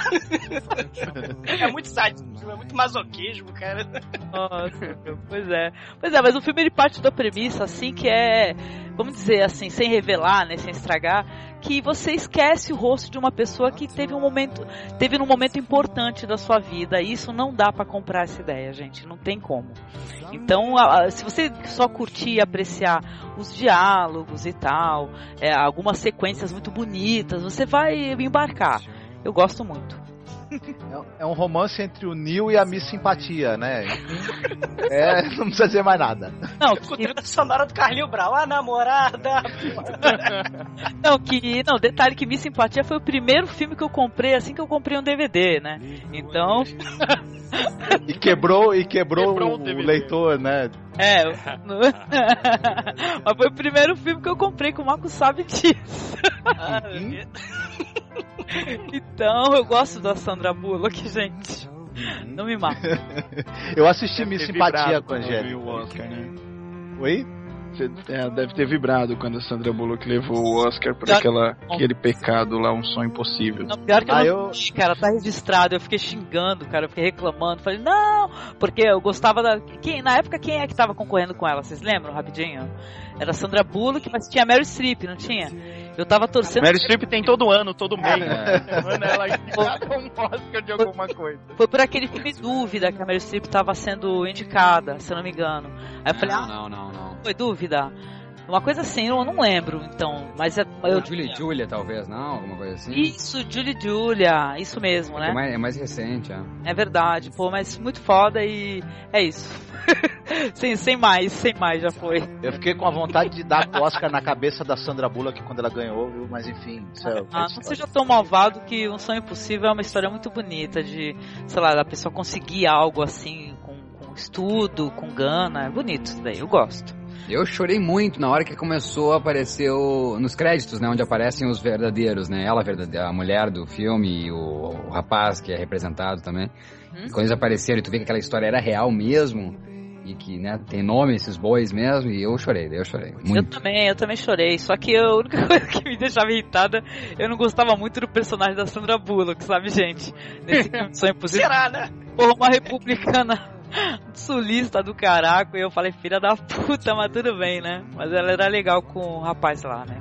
É muito sádico, é muito masoquismo, cara. Nossa. Pois é, pois é, mas o filme ele parte da premissa assim que é, vamos dizer assim, sem revelar, né, sem estragar, que você esquece o rosto de uma pessoa que teve um momento, teve num momento importante da sua vida, e isso não dá pra comprar essa ideia, gente, não tem como. Então, a, a, se você só curtir e apreciar os diálogos e tal, é, algumas sequências muito bonitas, você vai embarcar. Eu gosto muito. É um romance entre o Neil e a Miss Simpatia, né? É, não precisa dizer mais nada. Não, com a trilha sonora do Carlinhos Brau, a namorada. Não, que não, detalhe que Miss Simpatia foi o primeiro filme que eu comprei assim que eu comprei um D V D, né? Então, e quebrou e quebrou, quebrou o, o leitor, né? É, mas foi o primeiro filme que eu comprei, que o Marco sabe disso. Ah, meu Então, eu gosto da Sandra Bullock, gente. Não me mata. Eu assisti Miss Simpatia com a Angélica. O Oscar, né? Oi? Você é, deve ter vibrado quando a Sandra Bullock levou o Oscar por aquela, aquele pecado lá, Um Sonho Impossível. Não, pior que eu ah, não eu... vi, cara, tá registrado. Eu fiquei xingando, cara, eu fiquei reclamando. Falei, não, porque eu gostava da... Quem, na época, quem é que tava concorrendo com ela? Vocês lembram, rapidinho? Era Sandra Bullock, mas tinha Meryl Streep, não tinha? Eu tava torcendo... Meryl Streep tem todo ano, todo mês. Mano, ela indicada um Oscar de alguma coisa. Foi por aquele filme Dúvida que a Meryl Streep tava sendo indicada, se eu não me engano. Aí eu falei, não, ah, não, não, não. Foi Dúvida? Uma coisa assim, eu não lembro, então, mas é... Eu... Julie Julia, talvez, não? Alguma coisa assim? Isso, Julie Julia, isso mesmo, né? É mais, é mais recente, é. É verdade, pô, mas muito foda e é isso. sem, sem mais, sem mais, já foi. Eu fiquei com a vontade de dar o Oscar na cabeça da Sandra Bullock quando ela ganhou, viu? Mas enfim, isso é... Ah, não seja tão malvado que Um Sonho Impossível é uma história muito bonita de, sei lá, da pessoa conseguir algo assim, com, com estudo, com gana, é bonito isso daí, eu gosto. Eu chorei muito na hora que começou a aparecer o, nos créditos, né, onde aparecem os verdadeiros, né, ela a mulher do filme e o, o rapaz que é representado também. Hum? Quando eles apareceram e tu vê que aquela história era real mesmo e que, né, tem nome esses bois mesmo, e eu chorei, eu chorei muito. Eu também, eu também chorei, só que a única coisa que me deixava irritada, eu não gostava muito do personagem da Sandra Bullock, sabe, gente? Nesse Sonho Impossível. Será, né? Porra, uma republicana sulista do caraco, e eu falei, filha da puta, mas tudo bem, né? Mas ela era legal com o rapaz lá, né?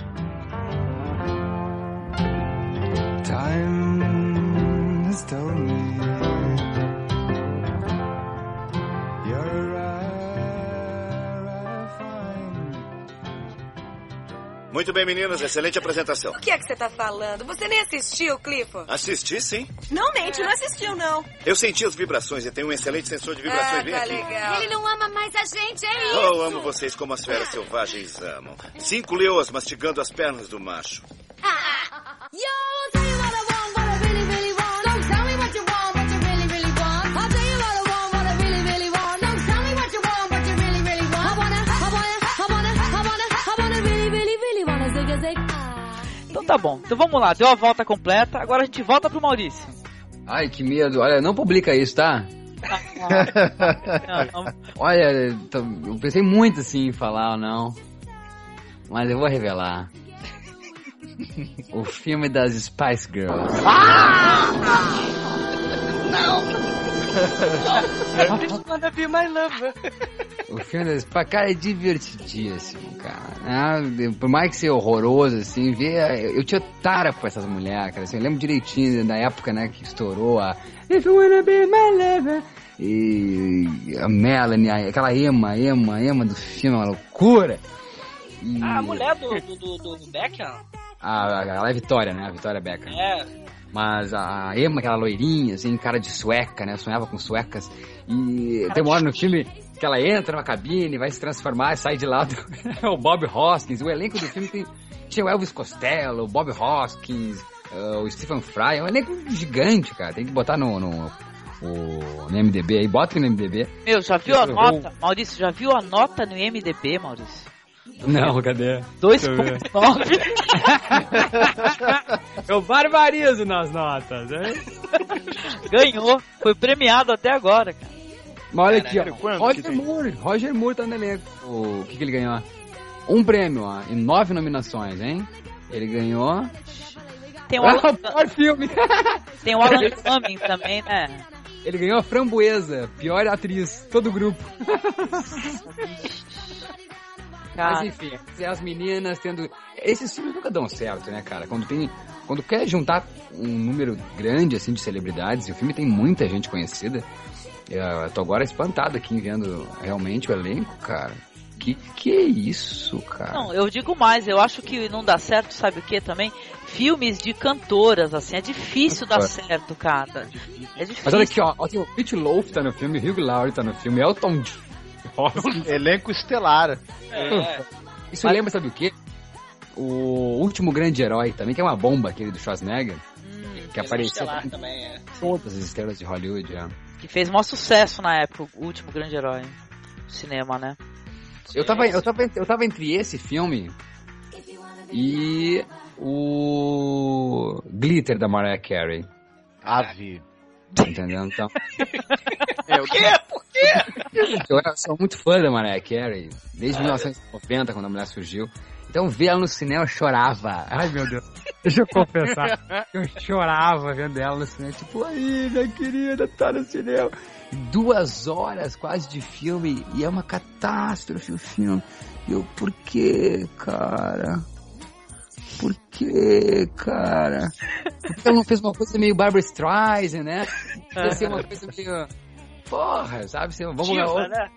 Time has told me you're Muito bem, meninas, excelente apresentação. O que é que você tá falando? Você nem assistiu, Clifford? Assisti, sim. Não mente, não assistiu, não. Eu senti as vibrações e tenho um excelente sensor de vibrações ah, bem tá aqui. Legal. Ele não ama mais a gente, é isso? Oh, amo vocês como as feras selvagens amam. Cinco leoas mastigando as pernas do macho. Ah. Yo, tell you what I want, what I really, really want. Don't tell me what you want, what you really, really want. I'll tell you what I want, what I really, really want. Don't tell me what you want, what you really, really want. I wanna, I wanna, I wanna, I wanna, I wanna really, really, really wanna zig a zig. Então tá bom, então vamos lá, deu a volta completa, agora a gente volta pro Maurício. Ai, que medo, olha, não publica isso, tá? não, não. Olha, eu pensei muito assim em falar ou não, mas eu vou revelar. O filme das Spice Girls. Ah! Não! Não! Wanna be my lover. O filme das Spice, cara, é divertidíssimo, cara. Ah, por mais que seja horroroso, assim, ver. Eu tinha tara com essas mulheres, cara. Assim, eu lembro direitinho da época, né, que estourou a If You Wanna Be My Lover. E a Melanie, aquela Emma, Emma, Emma do filme, uma loucura. E... Ah, a mulher do, do, do, do Beckham. A, ela é Vitória, né? A Vitória Beckham. É. Mas a Emma, aquela loirinha, assim, cara de sueca, né? Sonhava com suecas. E cara, tem uma hora no filme que ela entra na cabine, vai se transformar e sai de lá. Do... o Bob Hoskins. O elenco do filme tem... tinha o Elvis Costello, o Bob Hoskins, uh, o Stephen Fry. É um elenco gigante, cara. Tem que botar no, no, o, no I M D B aí. Bota no I M D B. Meu, já viu a nota? Maurício, já viu a nota no I M D B, Maurício? Não, cadê? dois ponto nove. Eu barbarizo nas notas, hein? Ganhou. Foi premiado até agora, cara. Mas olha aqui, ó. Roger Moore. Roger Moore tá no elenco. O que que ele ganhou? Um prêmio, ó. E nove nominações, hein? Ele ganhou... Tem o Alan... pior filme. Tem o Alan Cumming também, né? Ele ganhou a Framboesa. Pior atriz. Todo o grupo. Cara. Mas enfim, as meninas tendo... Esses filmes nunca dão certo, né, cara? Quando tem... Quando quer juntar um número grande, assim, de celebridades, e o filme tem muita gente conhecida, eu tô agora espantado aqui vendo realmente o elenco, cara. Que que é isso, cara? Não, eu digo mais, eu acho que não dá certo, sabe o que também? Filmes de cantoras, assim, é difícil dar certo, cara. É difícil. Mas olha aqui, ó, ó tem o Pete Loaf tá no filme, o Hugh Laurie tá no filme, Elton elenco estelar. É. Isso lembra, sabe o quê? O Último Grande Herói também, que é uma bomba, aquele do Schwarzenegger. Hum, que apareceu também, é. Todas as estrelas de Hollywood, é. Que fez maior sucesso na época, o Último Grande Herói. Cinema, né? Eu tava, eu, tava, eu tava entre esse filme e o Glitter da Mariah Carey. Ave. Entendeu? Então... Por quê? Por quê? Eu sou muito fã da Mariah Carey, desde mil novecentos e noventa, quando a mulher surgiu. Então, ver ela no cinema, eu chorava. Ai, meu Deus. Deixa eu confessar. Eu chorava vendo ela no cinema. Tipo, aí, minha querida, tá no cinema. Duas horas quase de filme e é uma catástrofe o filme. E eu, por que, cara? Por que, cara? Porque ela não fez uma coisa meio Barbra Streisand, né? Podia ser uma coisa meio... Porra, sabe? Vamos Diva, né?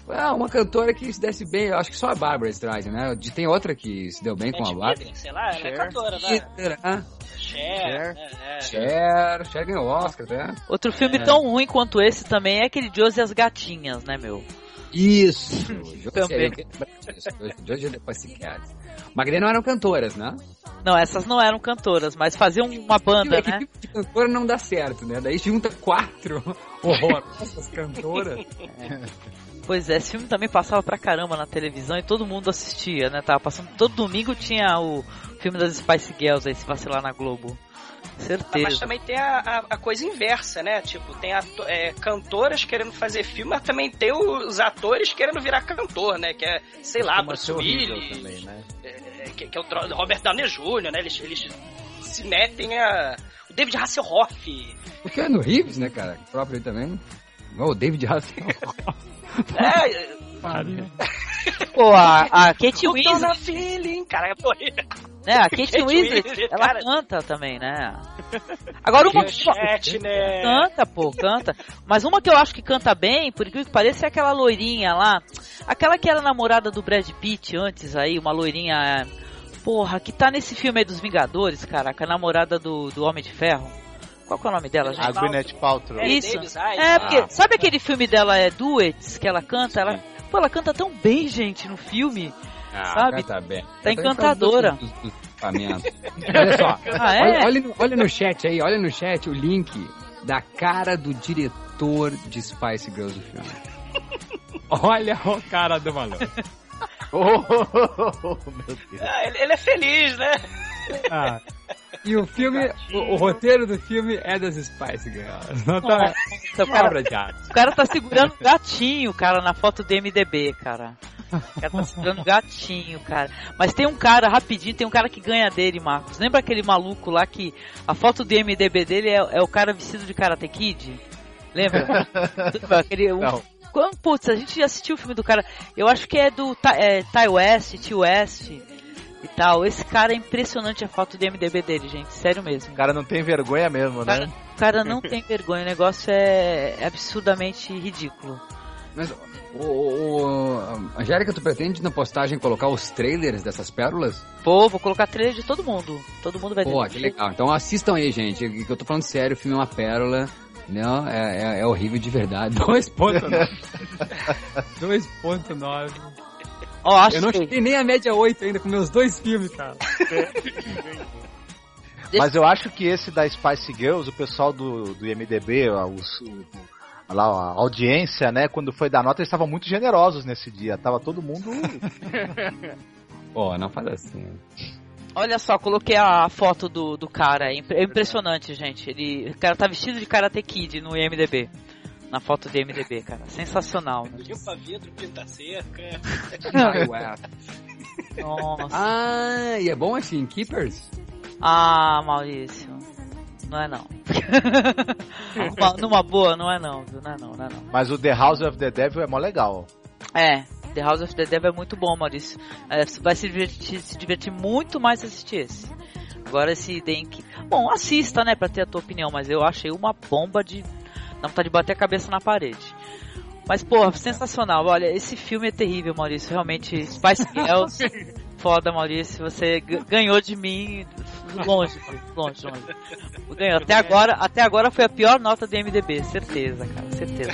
É, uma cantora que se desse bem, eu acho que só a Barbara Streisand, né? Tem outra que se deu bem com a Barbara. Sei lá, ela é Cher. cantora, né? Cher, Cher, né? É. Cher, Cher ganhou o Oscar, né? Outro filme É. tão ruim quanto esse também é aquele Josie e as Gatinhas, né, meu? Isso! Também. Josie depois se quer. Mas que não eram cantoras, né? Não, essas não eram cantoras, mas faziam uma banda, É que né? tipo de cantora não dá certo, né? Daí junta quatro horrorosas cantoras. Pois é, esse filme também passava pra caramba na televisão e todo mundo assistia, né? Tava passando todo domingo, tinha o filme das Spice Girls aí, se vacilar na Globo. Certeza. Mas também tem a, a, a coisa inversa, né? Tipo, tem ato, é, cantoras querendo fazer filme, mas também tem os atores querendo virar cantor, né? Que é, sei lá, Bruce Willis, também, né? é, que, que é o Robert Downey Júnior, né? Eles, eles se metem a... O David Hasselhoff. O Keanu Reeves, né, cara? O próprio aí também. Igual o David Hasselhoff. É... Pô, a, a Kate O Winslet... Dona Feeling, cara, é porra. Né, a Kate, Kate Winslet, Winslet, ela cara. canta também, né? Agora uma... Chat, né? Canta, pô, canta. Mas uma que eu acho que canta bem, por incrível que pareça, é aquela loirinha lá. Aquela que era namorada do Brad Pitt antes aí, uma loirinha... Porra, que tá nesse filme aí dos Vingadores, caraca, a namorada do, do Homem de Ferro. Qual que é o nome dela, gente? A Gwyneth Paltrow. Isso. Davis, ai, É, porque, ah. sabe aquele filme dela, é Duets, que ela canta? Ela, pô, ela canta tão bem, gente, no filme. Ah, sabe? Tá bem. Tá encantadora. Dos, dos, dos equipamentos. Olha só, Ah, é? olha, olha, no, olha no chat aí, olha no chat o link da cara do diretor de Spice Girls do filme. Olha o cara do maluco. Oh, meu Deus. Ah, ele, ele é feliz, né? Ah, E o filme, o, o roteiro do filme é das Spice Girls. Não tá... Nossa, o, cara, Obra de arte. o cara tá segurando um gatinho, cara, na foto do M D B, cara. O cara tá segurando um gatinho, cara. Mas tem um cara, rapidinho, tem um cara que ganha dele, Marcos. Lembra aquele maluco lá que a foto do M D B dele é, é o cara vestido de Karate Kid? Lembra? aquele, um, Não. Quando, putz, a gente já assistiu o filme do cara. Eu acho que é do é, Ty West, T West e tal. Esse cara é impressionante a foto do M D B dele, gente. Sério mesmo. O cara não tem vergonha mesmo, O cara, né? o cara não tem vergonha. O negócio é, é absurdamente ridículo. Mas, o, o, o, Angélica, tu pretende na postagem colocar os trailers dessas pérolas? Pô, vou colocar trailer de todo mundo. Todo mundo vai ter. Pô, que legal. Então assistam aí, gente. Que eu tô falando sério, o filme é uma pérola. Não, é, é, é horrível de verdade. dois ponto nove. dois ponto nove. Ó, acho Eu não que... cheguei nem a média oito ainda com meus dois filmes, cara. Mas eu acho que esse da Spice Girls, o pessoal do, do I M D B, os, o, lá, a audiência, né, quando foi dar nota, eles estavam muito generosos nesse dia. Tava todo mundo... Pô, não faz assim. Olha só, coloquei a foto do, do cara. É impressionante, gente. Ele, o cara tá vestido de Karate Kid no I M D B. Na foto do I M D B, cara. Sensacional. Né? Limpa vidro, pinta cerca. Nossa. Ah, e é bom assim, Keepers? Ah, Maurício. Não é não. numa, numa boa, não é não, viu? Não é não, não é não. Mas o The House of the Devil é mó legal. É, The House of the Devil é muito bom, Maurício. É, você vai se divertir, se divertir muito mais se assistir esse. Agora esse Denk... Bom, assista, né, pra ter a tua opinião, mas eu achei uma bomba de... Dá vontade de bater a cabeça na parede. Mas, pô, sensacional. Olha, esse filme é terrível, Maurício. Realmente, Spice Girls... Foda, Maurício. Você ganhou de mim longe, longe, longe. Ganhou. Até agora, até agora foi a pior nota do I M D B. Certeza, cara. Certeza.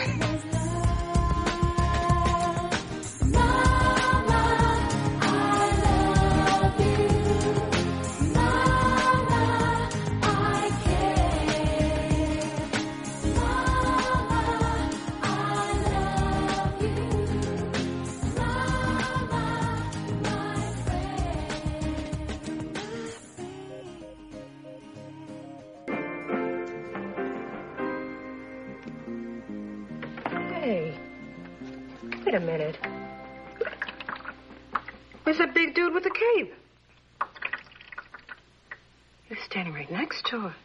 Hey, wait a minute. Where's that big dude with the cape? You're standing right next to her.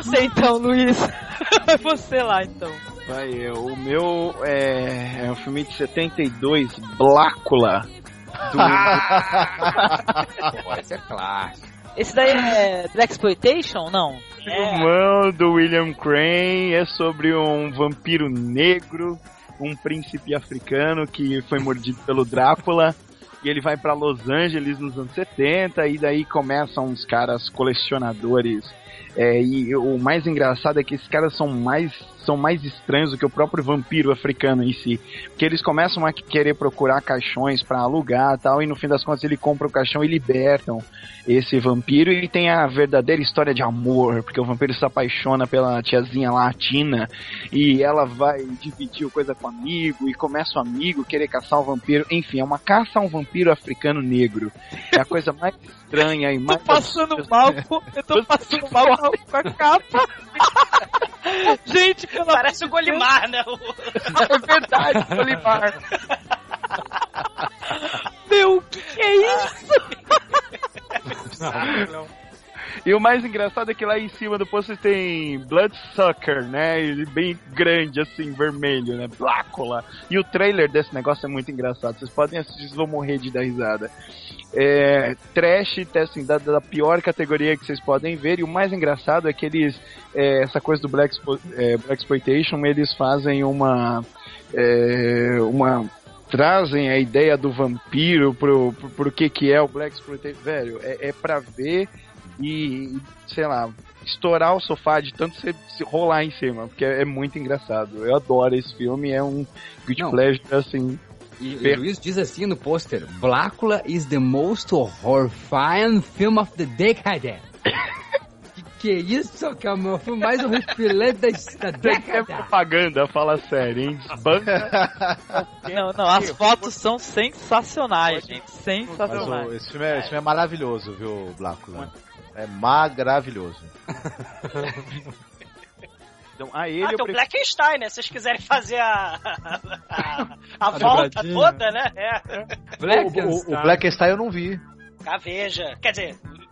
você então, Luiz. Você lá então. Vai, o meu é, é um filme de setenta e dois, Blácula. Do... Pode ser clássico. Esse daí é Blaxploitation? Não. Filmão do William Crane, é sobre um vampiro negro, um príncipe africano que foi mordido pelo Drácula. E ele vai pra Los Angeles nos anos setenta, e daí começam uns caras colecionadores. É, e o mais engraçado é que esses caras são mais, são mais estranhos do que o próprio vampiro africano em si. Porque eles começam a querer procurar caixões pra alugar e tal, e no fim das contas ele compra o caixão e libertam esse vampiro, e tem a verdadeira história de amor, porque o vampiro se apaixona pela tiazinha latina, e ela vai dividir coisa com o amigo, e começa o amigo querer caçar o vampiro. Enfim, é uma caça a um vampiro africano negro. É a coisa mais estranha e mais... Tô passando mal com... Eu tô passando mal com a capa. Gente, pelo parece o Golimar, né? É verdade, o Golimar. Meu, o que, que é isso? E o mais engraçado é que lá em cima do pôster tem Bloodsucker, né? Ele bem grande, assim, vermelho, né? Blácula. E o trailer desse negócio é muito engraçado. Vocês podem assistir, vocês vão morrer de dar risada. É, trash, assim, da, da pior categoria que vocês podem ver. E o mais engraçado é que eles, é, essa coisa do Black, é, Blaxploitation, eles fazem uma... É, uma... trazem a ideia do vampiro pro, pro, pro que que é o Blaxploitation. Velho, é, é pra ver e, sei lá, estourar o sofá de tanto se, se rolar em cima, porque é, é muito engraçado. Eu adoro esse filme, é um good Não. pleasure, assim. E, e o Luiz diz assim no pôster: Blácula is the most horrifying film of the decade. que que é isso, que é o meu filme mais horripilante da, da década. É propaganda, fala sério, hein? Banca. Não, não, as fotos são sensacionais, gente. Sensacionais. Mas o, esse, filme é, esse filme é maravilhoso, viu, Blácula? É maravilhoso. Então, a ele ah, tem o prefiro... Blackenstein, né? Se vocês quiserem fazer a, a, a, a volta toda, né? É. O, o, o Blackenstein eu não vi. Caveja. Quer dizer...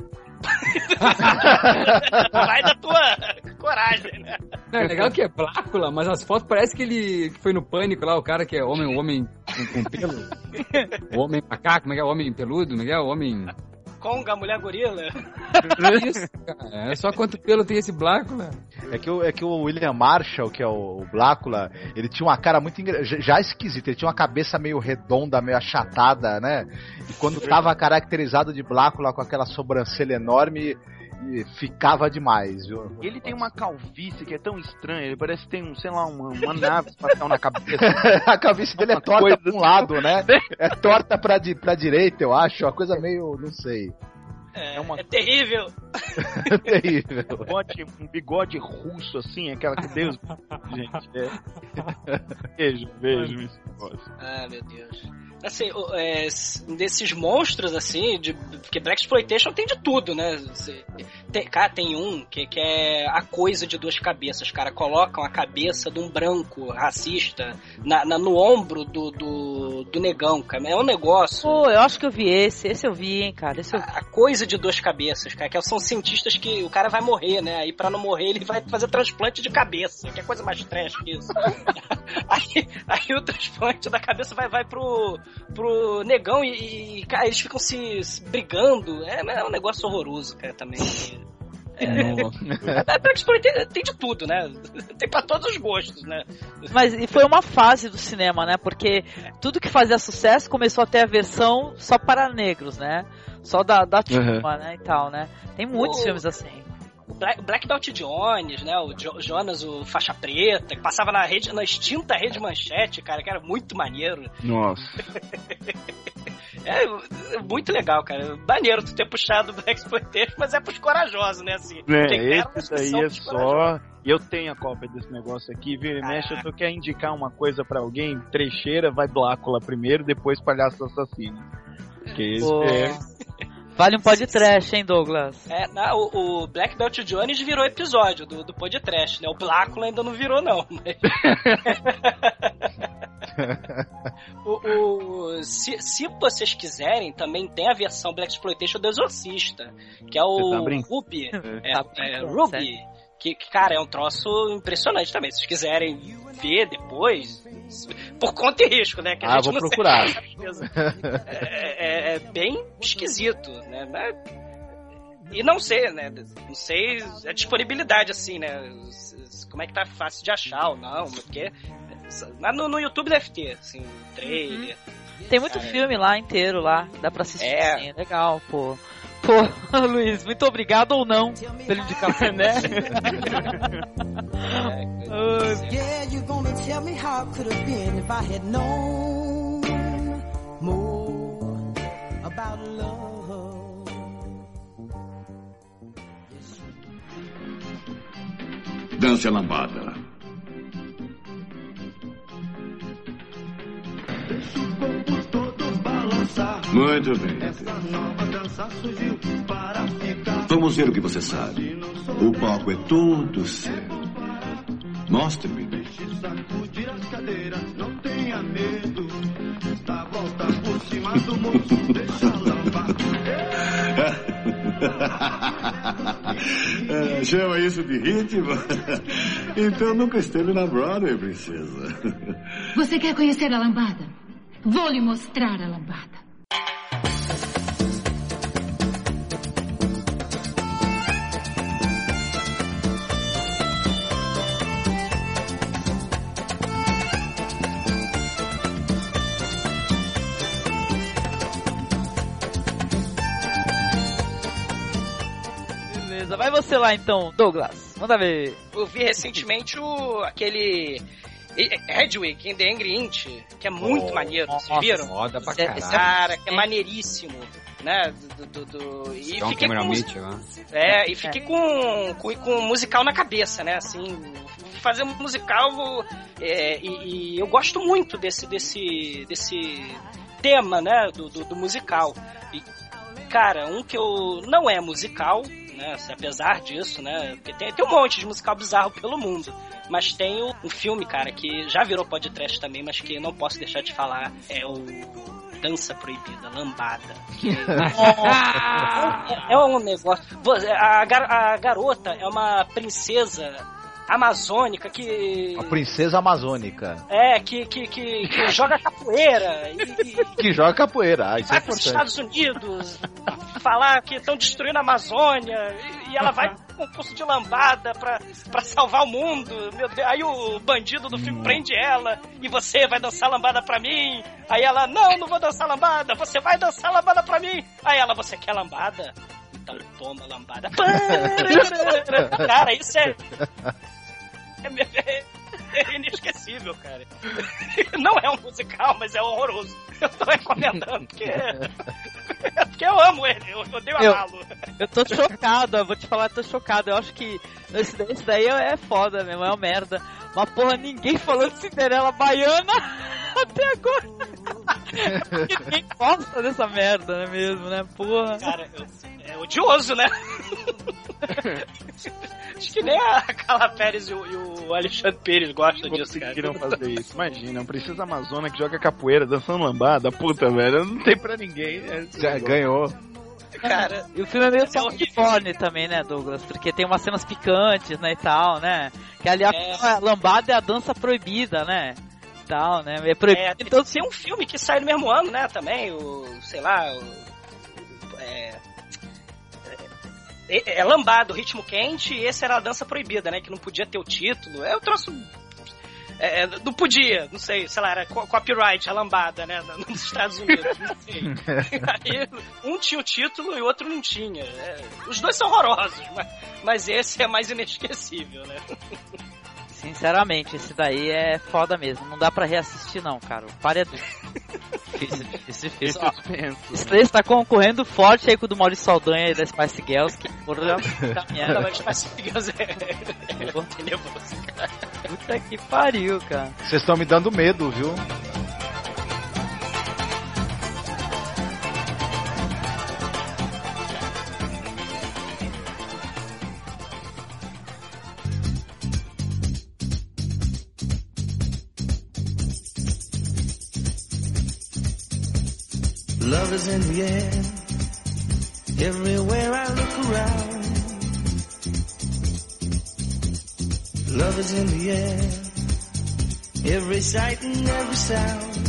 vai da tua coragem, né? Não, é legal que é Blácula, mas as fotos parece que ele que foi no Pânico lá, o cara que é homem, o homem com, com pelo. O homem macaco, como é que é? O homem peludo, como é que é? O homem... Conga, mulher gorila. Isso, cara. É só quanto pelo tem esse Blácula. É que, o, é que o William Marshall, que é o, o Blácula, ele tinha uma cara muito engra... já esquisita. Ele tinha uma cabeça meio redonda, meio achatada, né? E quando tava caracterizado de Blácula com aquela sobrancelha enorme, ficava demais, viu? Ele tem uma calvície que é tão estranha, ele parece que tem, um, sei lá, uma, uma nave espacial na cabeça. A calvície dele é torta coisa... pra um lado, né? É torta pra, di, pra direita, eu acho. Uma coisa meio, não sei. É, é, uma... é terrível. É terrível. Um bigode, um bigode russo, assim, aquela que Deus... Gente, é... Beijo, beijo, esse negócio. Ah, meu Deus. Assim, é, desses monstros, assim, de, porque Blaxploitation tem de tudo, né? Tem, cara, tem um que, que é a coisa de duas cabeças, cara. Colocam a cabeça de um branco racista na, na, no ombro do, do, do negão, cara. É um negócio... Pô, eu acho que eu vi esse. Esse eu vi, hein, cara. Esse eu... a, a coisa de duas cabeças, cara. Que são cientistas que o cara vai morrer, né? Aí pra não morrer ele vai fazer transplante de cabeça. Que é coisa mais trash que isso. aí, aí o transplante da cabeça vai, vai pro... pro negão e, e cara, eles ficam se, se brigando. É, é um negócio horroroso, cara, também. É, é, tem de tudo, né? Tem pra todos os gostos, né? Mas e foi uma fase do cinema, né? Porque tudo que fazia sucesso começou a ter a versão só para negros, né? Só da, da turma, uhum. né? E tal, né? Tem muitos o... filmes assim. O Black, Black Belt Jones, né? O jo, Jonas, o Faixa Preta, que passava na rede, na extinta Rede Manchete, cara, que era muito maneiro. Nossa. É muito legal, cara. Maneiro tu ter puxado o Blaxploitation, mas é pros corajosos, né? Assim, é, esse daí é só... Eu tenho a cópia desse negócio aqui, vira e mexe, eu tô quer indicar uma coisa pra alguém, trecheira, vai Blácula primeiro, depois Palhaço Assassino. Que isso é... Vale um podcast, hein, Douglas? É, não, o, o Black Belt Jones virou episódio do, do podcast, né? O Blácula ainda não virou, não. Mas... o, o, se, se vocês quiserem, também tem a versão Blaxploitation do Exorcista, que é o tá Ruby. É, é, Ruby. Que, que, cara, é um troço impressionante também. Se vocês quiserem ver depois, por conta e risco, né? Que a ah, gente vou não procurar. É, é, é bem esquisito, né? E não sei, né? Não sei a disponibilidade, assim, né? Como é que tá fácil de achar ou não, porque... Mas no, no YouTube deve ter, assim, trailer. Uhum. Tem muito cara, filme lá inteiro, lá. Dá pra assistir, é. sim, legal, pô. Pô, Luiz, muito obrigado ou não pelo indicação, né? Yeah, you're gonna tell me how it could have been if I had known more about love. Dance a lambada. Muito bem. Vamos ver o que você sabe. O palco é todo seu. Mostre-me. Não tenha medo. Dá a volta por cima do moço. Deixa lambar. Chama isso de ritmo? Então nunca esteve na Broadway, princesa. Você quer conhecer a lambada? Vou lhe mostrar a lambada. Beleza, vai você lá então, Douglas. Manda ver. Eu vi recentemente o, aquele... Hedwig in the Angry Inch, que é muito oh, maneiro, vocês nossa, viram? Foda pra caralho. Cara, que é maneiríssimo, né? Do, do, do... E John fiquei com Mitchell, né? É, e fiquei é. com, com, com musical na cabeça, né? Assim, fazer um musical é, e, e eu gosto muito desse, desse, desse tema, né? Do, do, do musical. E, cara, um que eu não é musical, né? Apesar disso, né? Porque tem, tem um monte de musical bizarro pelo mundo. Mas tem um filme, cara, que já virou podcast também, mas que não posso deixar de falar. É o Dança Proibida, Lambada. Que... é, é um negócio... A, gar, a garota é uma princesa amazônica que... A princesa amazônica. É, que, que, que, que joga capoeira. E, que joga capoeira, ah, isso vai é para os importante. Estados Unidos falar que estão destruindo a Amazônia e, e ela vai para um curso de lambada pra, pra salvar o mundo. Meu Deus. Aí o bandido do filme hum. prende ela e você vai dançar lambada pra mim. Aí ela, não, não vou dançar lambada, você vai dançar lambada pra mim. Aí ela, você quer lambada? Então toma lambada. Cara, isso é... É, é inesquecível, cara. Não é um musical, mas é horroroso. Eu tô recomendando, porque, porque eu amo ele, eu odeio amá-lo. Eu tô chocado, eu vou te falar, eu tô chocado. Eu acho que esse, esse daí é foda mesmo, é uma merda. Mas porra, ninguém falou de Cinderela Baiana até agora. Porque ninguém gosta dessa merda, né mesmo, né? Porra. Cara, eu, é odioso, né? Acho que nem a Carla Pérez e o, e o Alexandre Pires gostam disso, cara. Conseguiram fazer isso. Imagina, um princesa amazônica que joga capoeira, dançando lambada, puta, velho, não tem pra ninguém. Né? Já ganhou. Cara, e o filme é meio soft porn também, né, Douglas? Porque tem umas cenas picantes, né, e tal, né? Que aliás, é. a lambada é a dança proibida, né? Tal, né? É proibido. É, então, tem um filme que sai no mesmo ano, né, também, o, sei lá, o, é, é, é Lambada, o Ritmo Quente, e esse era a dança proibida, né, que não podia ter o título. É o troço... É, não podia, não sei, sei lá, era copyright, a lambada, né, nos Estados Unidos, não sei. Aí, um tinha o título e o outro não tinha. É, os dois são horrorosos, mas, mas esse é mais inesquecível, né? Sinceramente, esse daí é foda mesmo, não dá pra reassistir não, cara. O par é duro. Difícil, difícil, difícil. Esse daí está concorrendo forte aí com o do Maurício Saldanha e da Spice Girls, que porra caminhada. Não, Spice Girls é, é nervoso, cara. Puta que pariu, cara. Vocês estão me dando medo, viu? Love is in the air, everywhere I look around. Love is in the air, every sight and every sound.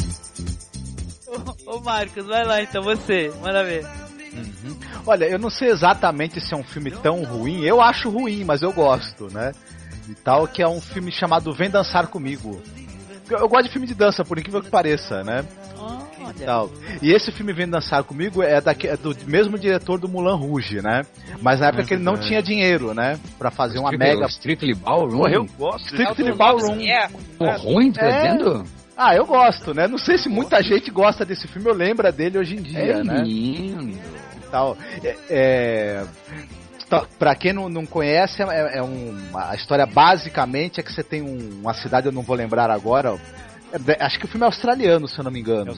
Ô, ô Marcos, vai lá então, você, manda ver. Uhum. Olha, eu não sei exatamente se é um filme tão ruim, eu acho ruim, mas eu gosto, né? E tal, que é um filme chamado Vem Dançar Comigo. Eu, eu gosto de filme de dança, por incrível que pareça, né? E, tal. E esse filme Vem Dançar Comigo é, daqui, é do mesmo diretor do Moulin Rouge, né? Mas na época é que ele não tinha dinheiro, né? Pra fazer uma Strictly, mega... Strictly Ballroom? Porra, eu gosto. Strictly Ballroom. Pô, ruim, tá É. dizendo? Ah, eu gosto, né? Não sei se muita gente gosta desse filme, eu lembro dele hoje em dia, É né? lindo. Tal. É, é... tá, pra quem não, não conhece, é, é um, a história basicamente é que você tem um, uma cidade, eu não vou lembrar agora, é, acho que o filme é australiano, se eu não me engano,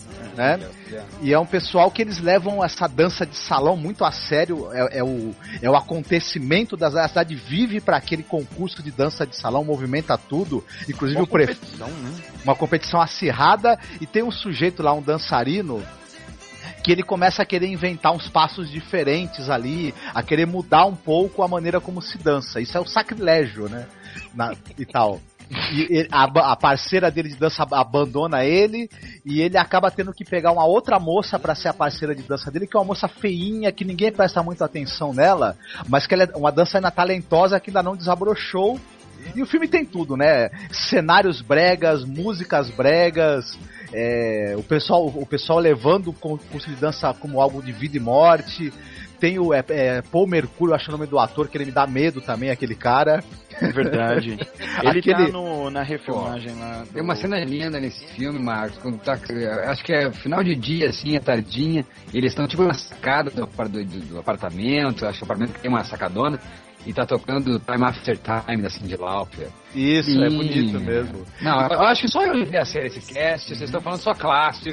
né? E é um pessoal que eles levam essa dança de salão muito a sério, é, é, o, é o acontecimento da a cidade, vive para aquele concurso de dança de salão, movimenta tudo, inclusive uma o prefeito, competição, né? uma competição acirrada, e tem um sujeito lá, um dançarino, que ele começa a querer inventar uns passos diferentes ali, a querer mudar um pouco a maneira como se dança. Isso é o sacrilégio, né? Na, e tal. E ele, a, a parceira dele de dança abandona ele, e ele acaba tendo que pegar uma outra moça pra ser a parceira de dança dele, que é uma moça feinha, que ninguém presta muita atenção nela, mas que ela é uma dançarina talentosa que ainda não desabrochou. E o filme tem tudo, né? Cenários bregas, músicas bregas, é, o, pessoal, o pessoal levando o concurso de dança como algo de vida e morte. Tem o é, é, Paul Mercúrio, acho o nome do ator, que ele me dá medo também, aquele cara. É verdade. Ele Aquele... tá no, na refilmagem lá. Do... Tem uma cena linda nesse filme, Marcos, quando tá, acho que é final de dia, assim, é tardinha, e eles estão tipo na sacada do, do, do apartamento, acho que o apartamento tem uma sacadona, e tá tocando Time After Time da Cyndi Lauper. Isso, Sim. é bonito mesmo. Não, eu acho que só eu vi a série esse cast, vocês estão falando só clássico.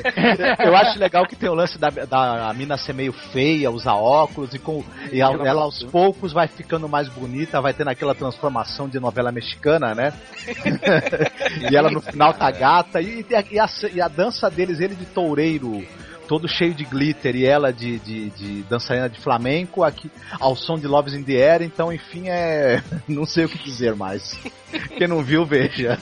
Eu acho legal que tem o lance da, da a mina ser meio feia, usar óculos, e, com, e a, ela aos poucos vai ficando mais bonita, vai tendo aquela transformação de novela mexicana, né? E ela no final tá gata, e, e, a, e, a, e a dança deles, ele de toureiro, todo cheio de glitter, e ela de, de, de dançarina de flamenco, aqui ao som de Love's in the Air, então enfim, é... não sei o que dizer mais. Quem não viu, veja.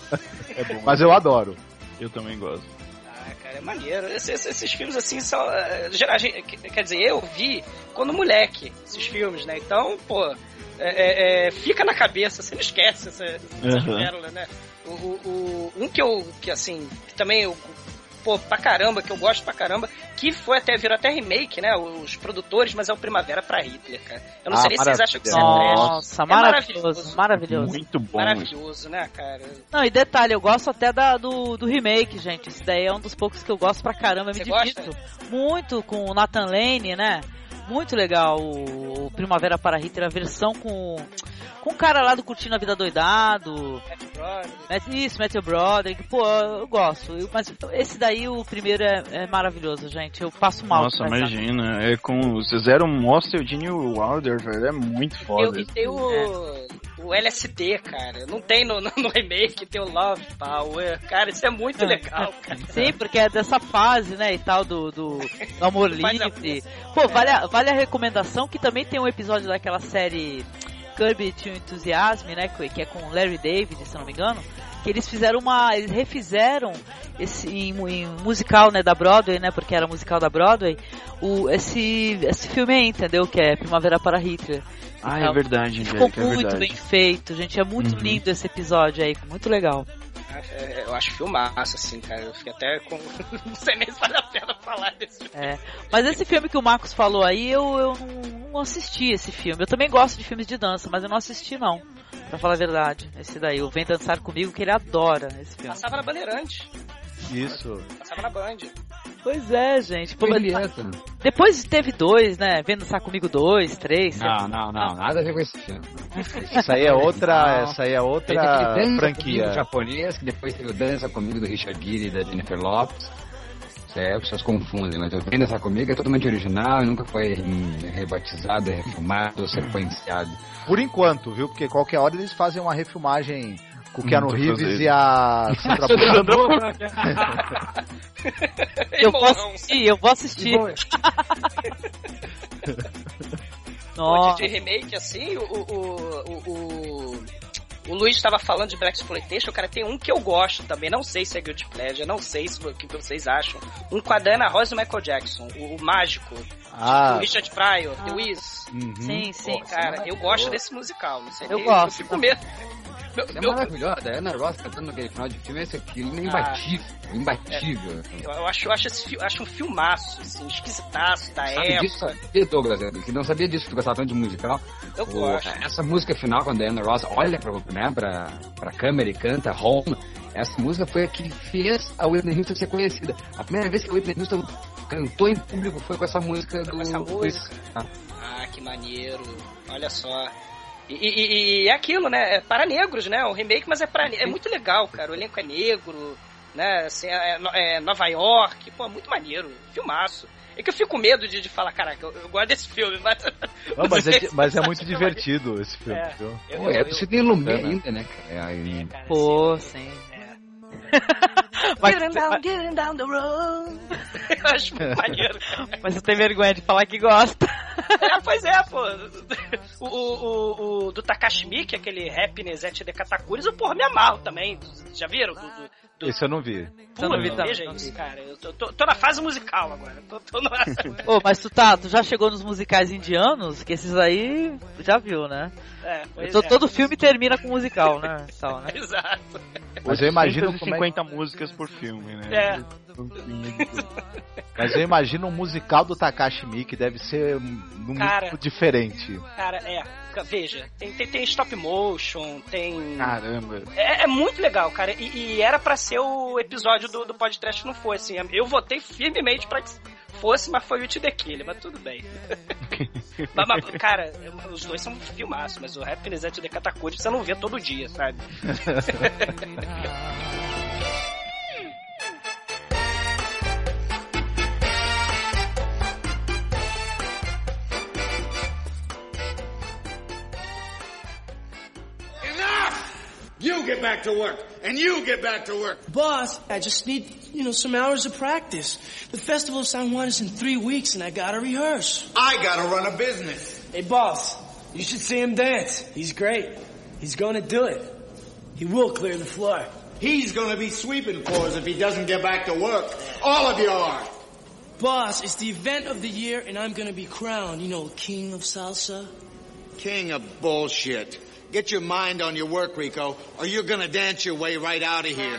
É bom. Mas eu adoro. Eu também gosto. Ah, cara, é maneiro. Esses, esses filmes assim são... Geral, quer dizer, eu vi quando moleque, esses filmes, né? Então, pô, é, é, fica na cabeça, você não esquece essa, essa Uhum. pérola, né? O, o, o, um que eu, que assim, que também eu... Pô, pra caramba, que eu gosto pra caramba, que foi até, virou até remake, né, os produtores, mas é o Primavera pra Hitler, cara. Eu não Ah, sei nem se vocês acham que isso é Nossa, trash. maravilhoso, maravilhoso. Muito bom. Maravilhoso, né, cara? Não, e detalhe, eu gosto até da, do, do remake, gente. Esse daí é um dos poucos que eu gosto pra caramba, me Você divirto gosta? muito com o Nathan Lane, né? Muito legal o, o Primavera para Hitler, a versão com com o cara lá do Curtindo a Vida Doidado. Matthew Broderick. Matt, isso, Matthew Broderick. Pô, eu gosto. Eu, mas esse daí, o primeiro, é, é maravilhoso, gente. Eu passo mal. Nossa, com essa- imagina. É com o Zero Monster e o Gene Wilder, velho. É muito Eu, foda. e tem o, o L S D, cara. Não tem no, no, no remake, tem o Love Power. Cara, isso é muito legal, cara. Sim, porque é dessa fase, né, e tal, do, do, do amor Faz a livre. Pô, vale a, vale a recomendação que também tem um episódio daquela série Curb to Enthusiasm, né, que é com o Larry David, se eu não me engano, que eles fizeram uma, eles refizeram esse em, em musical, né, da Broadway, né, porque era musical da Broadway, o, esse, esse filme aí, entendeu, que é Primavera para Hitler. Ah, Então, é verdade, ficou Angélica, é muito verdade. bem feito, gente, é muito Uhum. lindo esse episódio aí, muito legal. É, eu acho filmaço, assim, cara. Eu fiquei até com... Não sei nem se vale a pena falar desse filme. É, mas esse filme que o Marcos falou aí, eu, eu não, não assisti esse filme. Eu também gosto de filmes de dança, mas eu não assisti não, pra falar a verdade. Esse daí, o Vem Dançar Comigo, que ele adora esse filme. Passava na Bandeirante. Isso. Passava na Band. Pois é, gente. Pô, Julieta. depois teve dois, né? Vem Dançar Comigo dois, três. Não, não, não, nada a ver com esse filme. Isso aí é outra, Não. essa aí é Teve outra aquele Dança franquia. Comigo japonês, que depois teve o Dança Comigo do Richard Gere e da Jennifer Lopez. Isso é, as pessoas confundem, mas o Vem Dançar Comigo é totalmente original e nunca foi hum, rebatizado, refilmado ou sequenciado. Por enquanto, viu? Porque qualquer hora eles fazem uma refilmagem com o Keanu Hum, tô Reeves fazendo. e a Sandra Sandra Bullock. Eu vou assistir, eu vou assistir. Pô, de, de remake, assim, o, o, o, o, O Luiz estava falando de Blaxploitation, cara, tem um que eu gosto também, não sei se é Guilty Pleasure, não sei se, o que vocês acham. Um com a Diana Ross e o Michael Jackson, o, o Mágico, ah. o Richard Pryor, The Wiz. Uhum. Sim, sim. Pô, cara, eu gosto desse musical, não sei. Eu nem, gosto. Eu fico medo. É meu... maravilhosa, a Diana Ross cantando naquele final de filme, esse aquilo é imbatível, ah, imbatível. É, eu, eu acho, eu acho, esse, acho um filmaço, assim, esquisitaço da Sabe época. Disso, sabia, Douglas, que não sabia disso, que tu gostava tanto de musical. Eu o, gosto. Essa música final, quando a Diana Ross olha pra, né, pra, pra câmera e canta Home, essa música foi a que fez a Whitney Houston ser conhecida. A primeira vez que a Whitney Houston cantou em público foi com essa música do... Com essa música? Ah. ah, que maneiro. Olha só. E, e, e é aquilo, né? É para negros, né? O remake, mas é para é muito legal, cara. O elenco é negro, né? Assim, é, é Nova York, pô, muito maneiro. Filmaço. É que eu fico com medo de, de falar, caraca, eu, eu gosto desse filme, mas... Não, mas, é, mas é muito divertido esse filme, é, viu? Eu, Pô, é do Sidney Lumet ainda, né, cara? É, é, cara Pô, sim. É. Mas, getting down, mas... getting down the road. Eu acho muito maneiro. Mas você tem vergonha de falar que gosta. É, pois é, pô. O, o, o, o do Takashi Miike, aquele Happiness at the Katakuris, eu, porra, me amarro também. Já viram? Do, do, do... Esse eu não vi. Pô, eu não vi também. Veja isso, cara. Eu tô, tô, tô na fase musical agora. Tô, tô na... Ô, mas tu tá, tu já chegou nos musicais indianos? Que esses aí já viu, né? É, pois tô, é. Todo filme termina com musical, né? Tal, né? Exato. Mas eu imagino como cinquenta é... músicas por filme, né? É. Mas eu imagino um musical do Takashi Miike deve ser um cara, muito diferente. Cara, é. Veja, tem, tem, tem stop motion, tem... Caramba. É, é muito legal, cara. E, e era pra ser o episódio do, do podcast que não foi, assim. Eu votei firmemente pra que fosse, mas foi o It The Kill, mas tudo bem. mas, mas, cara, os dois são filmaços, mas o Happiness at the Katakuris você não vê todo dia, sabe? You get back to work, and you get back to work. Boss, I just need, you know, some hours of practice. The Festival of San Juan is in three weeks, and I gotta rehearse. I gotta run a business. Hey, boss, you should see him dance. He's great. He's gonna do it. He will clear the floor. He's gonna be sweeping floors if he doesn't get back to work. All of you are. Boss, it's the event of the year, and I'm gonna be crowned, you know, king of salsa. King of bullshit. Get your mind on your work, Rico, or you're gonna dance your way right out of here.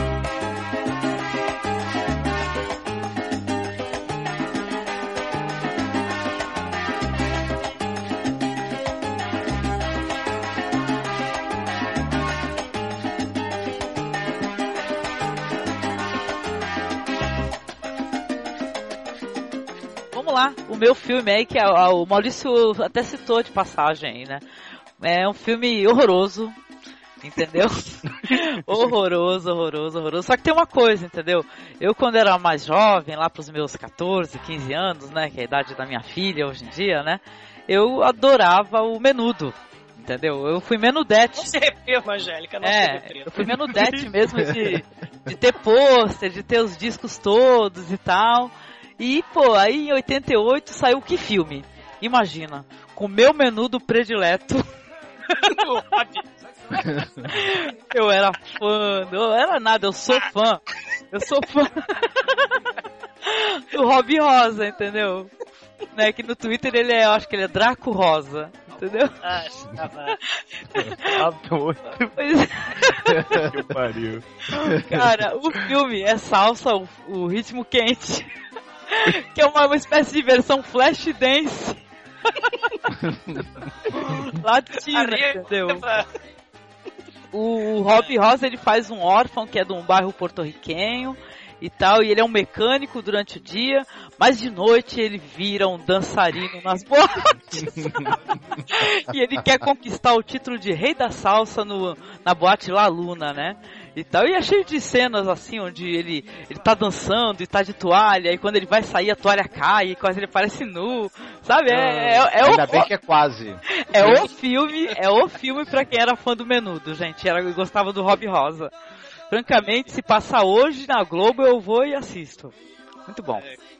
Vamos lá, o meu filme aí, que o Maurício até citou de passagem aí, né? É um filme horroroso, entendeu? horroroso, horroroso, horroroso. Só que tem uma coisa, entendeu? Eu, quando era mais jovem, lá pros meus catorze, quinze anos, né? Que é a idade da minha filha hoje em dia, né? Eu adorava o Menudo, entendeu? Eu fui menudete. Não se reprima, Angélica, não é, se reprima. Eu fui menudete mesmo de, de ter pôster, de ter os discos todos e tal. E, pô, aí em oitenta e oito saiu Que Filme? Imagina, com o meu Menudo predileto... eu era fã, eu era nada, eu sou fã, eu sou fã do Robbie Rosa, entendeu? Né, que no Twitter ele é, eu acho que ele é Draco Rosa, entendeu? Ah, tá bom. Que pariu. Cara, o filme é salsa, o, o ritmo quente, que é uma, uma espécie de versão flash dance. Latina, entendeu? O Robbie Rosa, ele faz um órfão que é de um bairro porto-riquenho e tal, e ele é um mecânico durante o dia, mas de noite ele vira um dançarino nas boates. E ele quer conquistar o título de rei da salsa no, na boate La Luna, né? E tal, e é cheio de cenas assim, onde ele, ele tá dançando e tá de toalha, e quando ele vai sair a toalha cai, e quase ele parece nu, sabe? É, é, é Ainda o, bem que é quase. É o filme, é o filme pra quem era fã do Menudo, gente, era, eu gostava do Robbie Rosa. Francamente, se passar hoje na Globo, eu vou e assisto. Muito bom.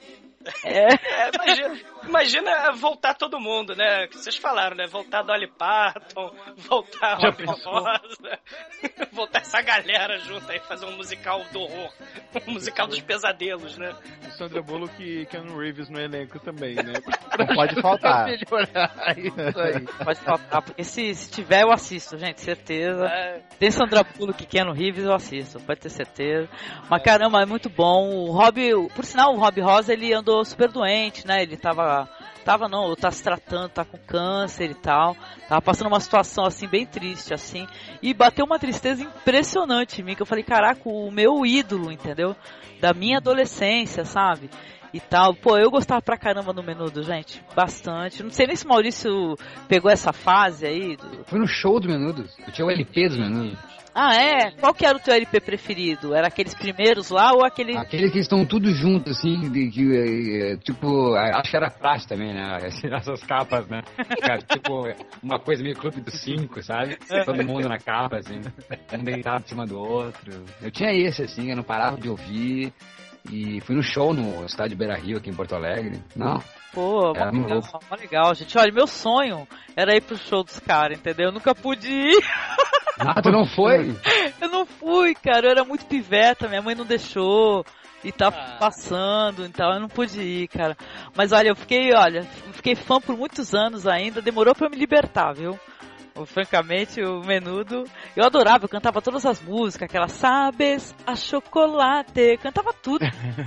É. É, imagina, imagina voltar todo mundo, né? Que vocês falaram, né? Voltar Dolly Parton, voltar Robbie Rosa, voltar essa galera junto aí, fazer um musical do horror, um musical dos pesadelos, né? O Sandra Bullock e Keanu Reeves no elenco também, né? Não pode faltar. Melhorar isso aí. Pode faltar, porque se, se tiver eu assisto, gente, certeza. É. Tem Sandra Bullock e Keanu Reeves, eu assisto, pode ter certeza. Mas caramba, é muito bom. O Robbie, por sinal, o Robbie Rosa, ele andou super doente, né? Ele tava, tava não, tá se tratando, tá com câncer e tal. Tava passando uma situação, assim, bem triste, assim. E bateu uma tristeza impressionante em mim, que eu falei, caraca, o meu ídolo, entendeu? Da minha adolescência, sabe? E tal. Pô, eu gostava pra caramba do Menudo, gente. Bastante. Não sei nem se o Maurício pegou essa fase aí. Do... Foi no show do Menudo. Eu tinha o L P do Menudo. Ah, é? Qual que era o teu L P preferido? Era aqueles primeiros lá ou aquele... Aquele que estão tudo juntos, assim, de, de, tipo, acho que era praxe também, né? Essas capas, né? Cara, tipo, uma coisa meio Clube dos Cinco, sabe? Todo mundo na capa, assim, um deitado em cima do outro. Eu tinha esse, assim, eu não parava de ouvir. E fui no show no estádio Beira-Rio, aqui em Porto Alegre. Não. Pô, é, mó legal, mó legal, gente. Olha, meu sonho era ir pro show dos caras, entendeu? Eu nunca pude ir. Ah, tu não foi? Eu não fui, cara. Eu era muito piveta, minha mãe não deixou. E tava ah. passando, então eu não pude ir, cara. Mas olha, eu fiquei, olha, fiquei fã por muitos anos ainda. Demorou pra eu me libertar, viu? Francamente, o Menudo, eu adorava, eu cantava todas as músicas, aquelas Sabes a Chocolate, cantava tudo.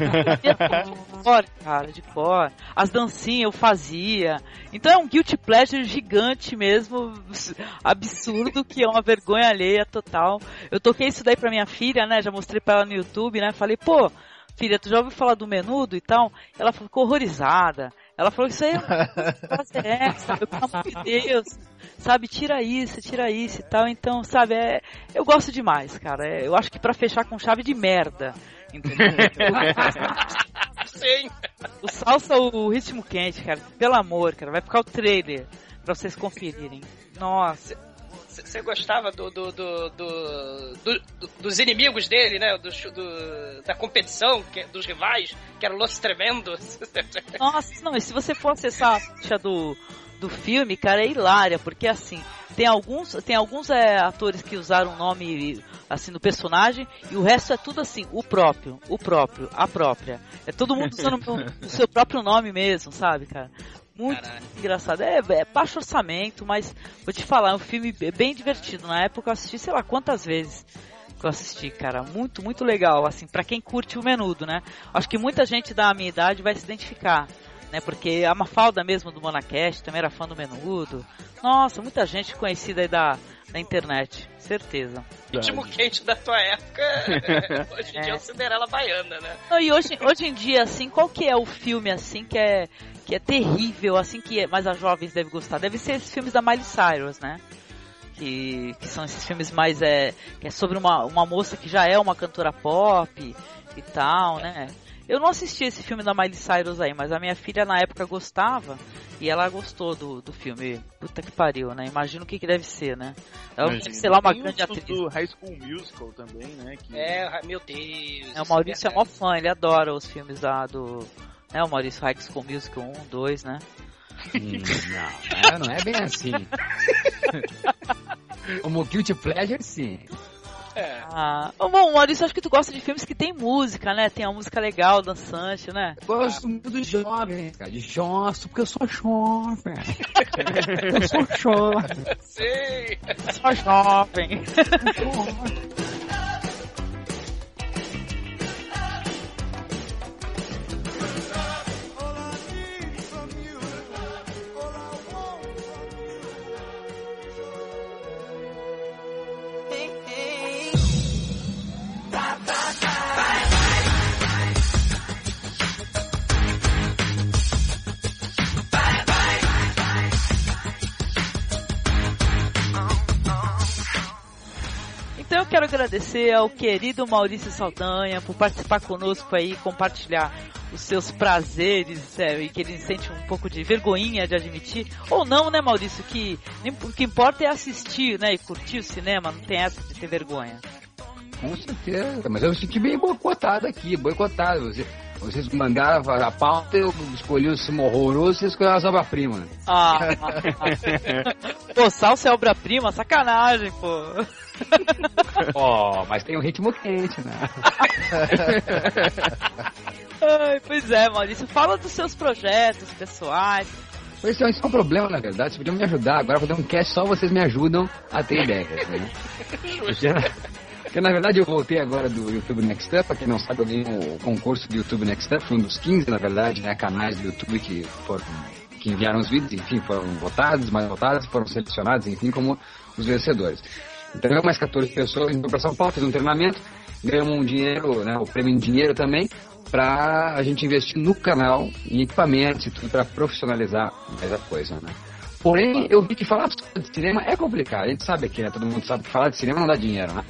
De cor, cara, de cor. As dancinhas eu fazia. Então é um guilty pleasure gigante mesmo, absurdo, que é uma vergonha alheia total. Eu toquei isso daí pra minha filha, né, já mostrei pra ela no YouTube, né, falei, pô, filha, tu já ouviu falar do Menudo e tal? Ela ficou horrorizada. Ela falou que isso aí é uma coisa essa, pelo amor de Deus, sabe, tira isso, tira isso e tal. Então, sabe, é, eu gosto demais, cara. É, eu acho que pra fechar com chave de merda, entendeu? Sim. O Salsa, o Ritmo Quente, cara, pelo amor, cara, vai ficar o trailer pra vocês conferirem. Nossa. Você gostava do, do, do, do, do, do, dos inimigos dele, né? Do, do, da competição, que, dos rivais, que eram Los Tremendos. Nossa, não, e se você for acessar a ficha do, do filme, cara, é hilária, porque assim, tem alguns, tem alguns é, atores que usaram o nome assim no personagem, e o resto é tudo assim, o próprio, o próprio, a própria. É todo mundo usando o, o seu próprio nome mesmo, sabe, cara? Muito Caraca. engraçado. É, é baixo orçamento, mas vou te falar, é um filme bem divertido. Na época eu assisti, sei lá quantas vezes que eu assisti, cara. Muito, muito legal, assim, pra quem curte o Menudo, né? Acho que muita gente da minha idade vai se identificar, né? Porque a Mafalda mesmo do Monacast também era fã do Menudo. Nossa, muita gente conhecida aí da, da internet, certeza. Ritmo quente da tua época, hoje em dia é o Cinderela Baiana, né? Não, e hoje, hoje em dia, assim, qual que é o filme, assim, que é... que é terrível, assim, que é, mas as jovens devem gostar. Deve ser esses filmes da Miley Cyrus, né? Que, que são esses filmes mais, é, que é sobre uma, uma moça que já é uma cantora pop e tal, né? Eu não assisti esse filme da Miley Cyrus aí, mas a minha filha na época gostava e ela gostou do, do filme. Puta que pariu, né? Imagina o que que deve ser, né? Ela deve ser lá uma grande atriz. Do High School Musical também, né? Que... É, meu Deus. É, o Maurício é, é mó fã, ele adora os filmes da, do... É, o Maurício, High School Musical um, dois, né? Hum, não, não é bem assim. Como Guilty Pleasure, sim. É. Ah, bom, Maurício, acho que tu gosta de filmes que tem música, né? Tem uma música legal, dançante, né? Eu gosto muito dos jovens, cara. De jovens, porque eu sou jovem. Eu sou jovem. Sim. Eu sou jovem. Então eu quero agradecer ao querido Maurício Saldanha por participar conosco aí, compartilhar os seus prazeres, é, e que ele sente um pouco de vergonhinha de admitir, ou não, né, Maurício, que o que importa é assistir, né, e curtir o cinema, não tem essa de ter vergonha. Com certeza, mas eu me senti bem boicotado aqui, boicotado. Você, Vocês mandaram a pauta, eu escolhi o filme horroroso, vocês escolheram as obras-primas. Ah, pô, salsa é obra-prima? Sacanagem, pô. Ó, oh, mas tem um ritmo quente, né? Ai, pois é, Maurício, fala dos seus projetos pessoais. Pois é, isso é um problema, na verdade, vocês podiam me ajudar. Agora eu vou dar um cast, só vocês me ajudam a ter ideias, né? Porque, porque, na verdade, eu voltei agora do YouTube Next Up. Pra quem não sabe, eu ganhei o concurso do YouTube Next Up. Foi um dos quinze, na verdade, né, canais do YouTube que foram, que enviaram os vídeos, enfim, foram votados, mais votados, foram selecionados, enfim, como os vencedores. Então, eu mais quatorze pessoas indo pra São Paulo, fiz um treinamento, ganhamos um dinheiro, né, o prêmio em dinheiro também, pra a gente investir no canal, em equipamentos e tudo, pra profissionalizar mais a coisa, né. Porém, eu vi que falar de cinema é complicado. A gente sabe aqui, né? Todo mundo sabe que falar de cinema não dá dinheiro, né?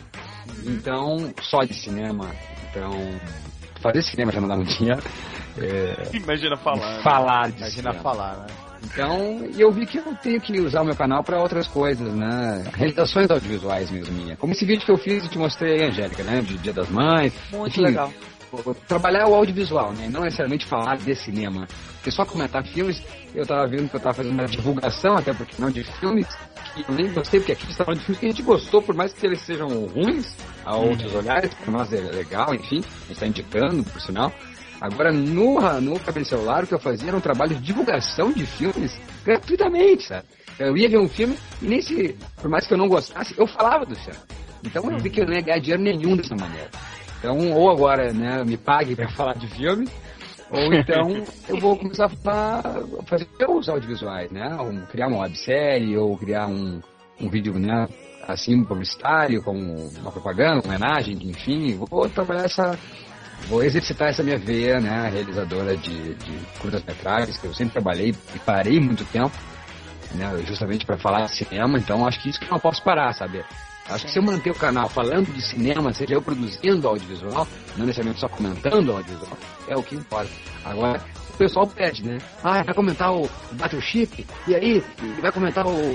Então, só de cinema. Então, fazer cinema já não dá muito dinheiro. É... Imagina falar. Falar de Imagina cinema. falar, né? Então, eu vi que eu tenho que usar o meu canal para outras coisas, né? Realizações audiovisuais mesmo minha. Como esse vídeo que eu fiz e te mostrei aí, Angélica, né? De Dia das Mães. Muito Enfim, legal. Trabalhar o audiovisual, né? Não necessariamente falar de cinema. Porque só comentar filmes, eu tava vendo que eu tava fazendo uma divulgação, até porque não de filmes, que eu nem gostei, porque aqui a gente tá falando de filmes que a gente gostou, por mais que eles sejam ruins, a outros uhum. olhares, para nós é legal, enfim, a gente tá indicando, por sinal. Agora, no, no cabelo celular, o que eu fazia era um trabalho de divulgação de filmes gratuitamente, sabe? Eu ia ver um filme e nem se, por mais que eu não gostasse, eu falava do filme. Então eu vi que eu não ia ganhar dinheiro nenhum dessa maneira. Então, ou agora, né, me pague para falar de filme, ou então eu vou começar a fazer os audiovisuais, né? Ou criar uma websérie, ou criar um, um vídeo, né, assim, publicitário, com uma propaganda, uma homenagem, enfim. Vou trabalhar essa... Vou exercitar essa minha veia, né, realizadora de, de curtas-metragens, que eu sempre trabalhei e parei muito tempo, né, justamente para falar de cinema. Então, acho que isso que eu não posso parar, sabe? Acho que se eu manter o canal falando de cinema, seja eu produzindo audiovisual, não necessariamente só comentando audiovisual, é o que importa. Agora, o pessoal pede, né? Ah, vai comentar o Battleship? E aí, vai comentar o...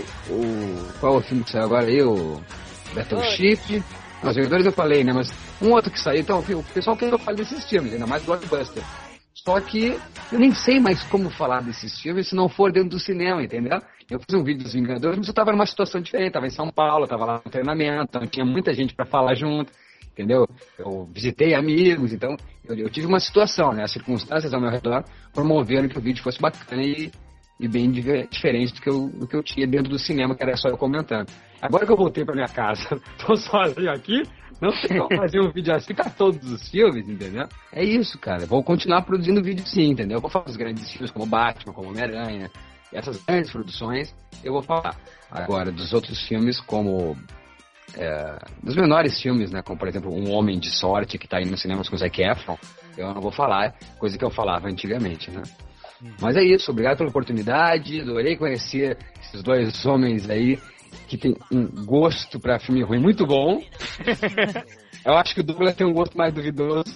o qual é o filme que saiu agora aí? O Battleship? Os Vingadores eu falei, né? Mas um outro que saiu, então, o pessoal quer que eu fale desses filmes, ainda mais blockbuster. Só que eu nem sei mais como falar desses filmes se não for dentro do cinema, entendeu? Eu fiz um vídeo dos Vingadores, mas eu tava numa situação diferente, tava em São Paulo, tava lá no treinamento, então tinha muita gente pra falar junto, entendeu? Eu visitei amigos, então eu, eu tive uma situação, né? As circunstâncias ao meu redor promoveram que o vídeo fosse bacana e, e bem diferente do que, eu, do que eu tinha dentro do cinema, que era só eu comentando. Agora que eu voltei pra minha casa, tô sozinho aqui, não sei como fazer um vídeo assim pra todos os filmes, entendeu? É isso, cara. Vou continuar produzindo vídeo sim, entendeu? Eu vou falar dos grandes filmes como Batman, como Homem-Aranha, essas grandes produções, eu vou falar. Agora, dos outros filmes, como... É, dos menores filmes, né? Como, por exemplo, Um Homem de Sorte, que tá aí nos cinemas com o Zac Efron, eu não vou falar, coisa que eu falava antigamente, né? Mas é isso, obrigado pela oportunidade, adorei conhecer esses dois homens aí, que tem um gosto pra filme ruim muito bom. Eu acho que o Douglas tem um gosto mais duvidoso.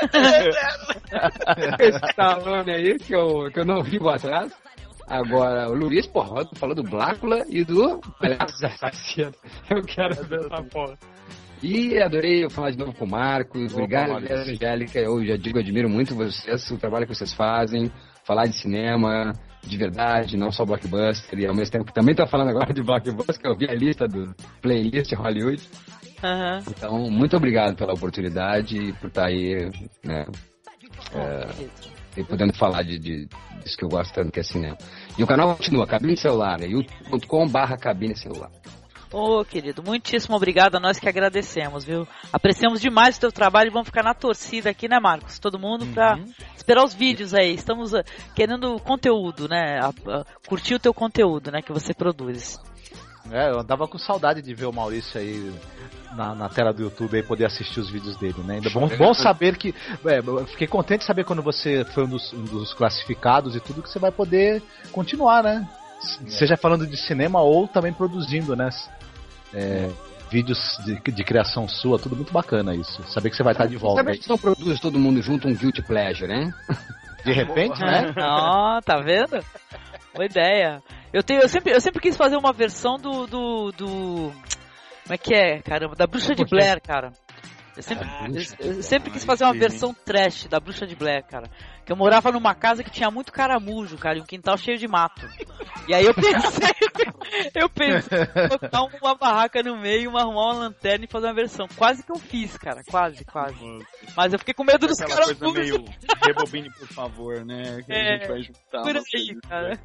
Esse Stallone aí, que eu, que eu não vi atrás. Agora, o Luiz, porra, falou do Blácula e do Palhaços Assassinos. Eu quero ver essa porra. E adorei falar de novo com o Marcos. Obrigado, Angélica. Eu já digo, admiro muito vocês, o trabalho que vocês fazem. Falar de cinema, de verdade, não só blockbuster. E ao mesmo tempo que também tá falando agora de blockbuster, que eu vi a lista do playlist Hollywood. Uhum. Então, muito obrigado pela oportunidade e por estar aí, né, é, e podendo falar de, de, disso que eu gosto tanto, que é cinema. E o canal continua, Cabine Celular, né, youtube ponto com barra Cabine Celular. Ô, oh, querido, muitíssimo obrigado, a nós que agradecemos, viu? Apreciamos demais o teu trabalho e vamos ficar na torcida aqui, né, Marcos? Todo mundo pra uhum. esperar os vídeos aí. Estamos uh, querendo conteúdo, né? A, a, curtir o teu conteúdo, né, que você produz. É, eu andava com saudade de ver o Maurício aí na, na tela do YouTube e poder assistir os vídeos dele, né? Ainda bom, bom saber que... É, eu fiquei contente de saber quando você foi um dos, um dos classificados e tudo, que você vai poder continuar, né? É. Seja falando de cinema ou também produzindo, né? É, vídeos de, de criação sua, tudo muito bacana isso. Saber que você vai estar de volta. Sabe que não produz todo mundo junto um guilty pleasure, né? De repente, né? Ó, tá vendo? Boa ideia. Eu, tenho, eu, sempre, eu sempre quis fazer uma versão do, do, do... Como é que é, caramba? Da Bruxa de Blair, cara. Eu sempre, eu, eu sempre quis fazer uma versão trash da Bruxa de Blair, cara. Que eu morava numa casa que tinha muito caramujo, cara, e um quintal cheio de mato. E aí eu pensei, eu pensei em botar uma barraca no meio, arrumar uma lanterna e fazer uma versão. Quase que eu fiz, cara, quase, quase. Mas eu fiquei com medo dos Aquela caramujos. coisa meio rebobine, por favor, né? Que É, a gente vai juntar. por umas aí, coisas. cara.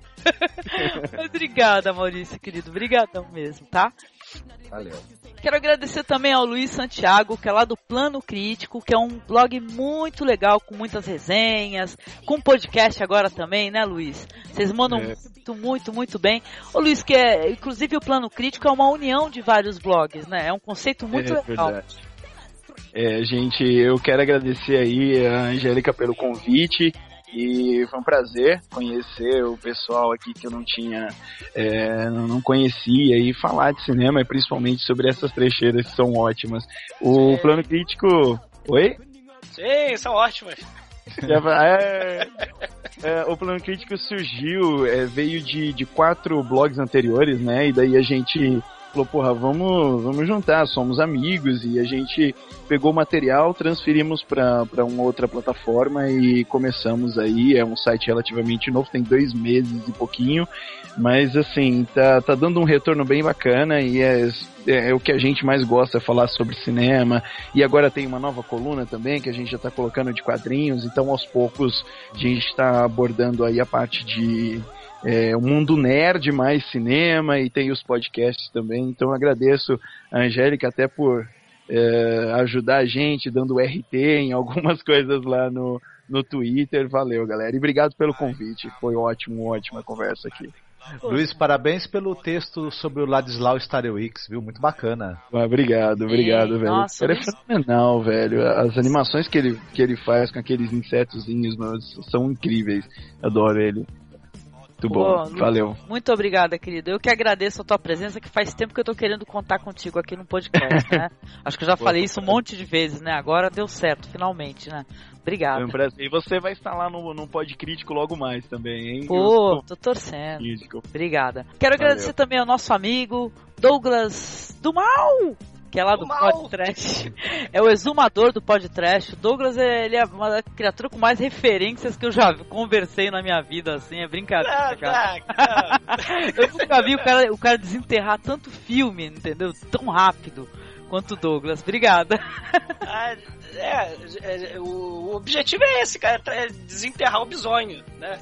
Mas obrigada, Maurício, querido. Obrigadão mesmo, tá? Valeu. Quero agradecer também ao Luiz Santiago, que é lá do Plano Crítico, que é um blog muito legal, com muitas resenhas, com podcast agora também, né, Luiz? Vocês mandam É. muito, muito, muito bem. Ô, Luiz, que é, inclusive o Plano Crítico é uma união de vários blogs, né? É um conceito muito É legal. verdade. É, gente, eu quero agradecer aí a Angélica pelo convite. E foi um prazer conhecer o pessoal aqui que eu não tinha, é, não conhecia, e falar de cinema, e principalmente sobre essas trecheiras que são ótimas. O Sim. Plano Crítico... Oi? Sim, são ótimas. Já va- é, é, o Plano Crítico surgiu, é, veio de, de quatro blogs anteriores, né? E daí a gente falou, porra, vamos, vamos juntar, somos amigos, e a gente pegou o material, transferimos para para uma outra plataforma e começamos aí. É um site relativamente novo, tem dois meses e pouquinho, mas assim, tá, tá dando um retorno bem bacana, e é, é, é o que a gente mais gosta, é falar sobre cinema. E agora tem uma nova coluna também, que a gente já tá colocando de quadrinhos, então aos poucos a gente tá abordando aí a parte de É, o mundo nerd mais cinema, e tem os podcasts também. Então eu agradeço a Angélica até por é, ajudar a gente, dando R T em algumas coisas lá no, no Twitter. Valeu, galera, e obrigado pelo convite, foi ótimo, ótima conversa aqui. Luiz, parabéns pelo texto sobre o Ladislau Starewix, viu? Muito bacana. Ah, obrigado, obrigado, Sim, velho. nossa, O cara é Luiz. fenomenal, velho. As animações que ele, que ele faz com aqueles insetozinhos, mano, são incríveis. Adoro ele. Muito Pô, bom, Lu, valeu. Muito obrigada, querido. Eu que agradeço a tua presença, que faz tempo que eu tô querendo contar contigo aqui no podcast, né? Acho que eu já Pô, falei isso um monte de vezes, né? Agora deu certo, finalmente, né? Obrigada. Foi um prazer. E você vai estar lá no, no Pod Crítico logo mais também, hein? Pô, Eu tô torcendo. Crítico. Obrigada. Quero Valeu. agradecer também ao nosso amigo Douglas do Mal, que é lá do Pod Trash. É o exumador do Pod Trash. O Douglas, ele é uma criatura com mais referências que eu já conversei na minha vida, assim, é brincadeira, cara. Eu nunca vi o cara, o cara desenterrar tanto filme, entendeu? Tão rápido quanto o Douglas. Obrigada. Ah, é, é, o, o objetivo é esse, cara, é desenterrar o bisonho, né?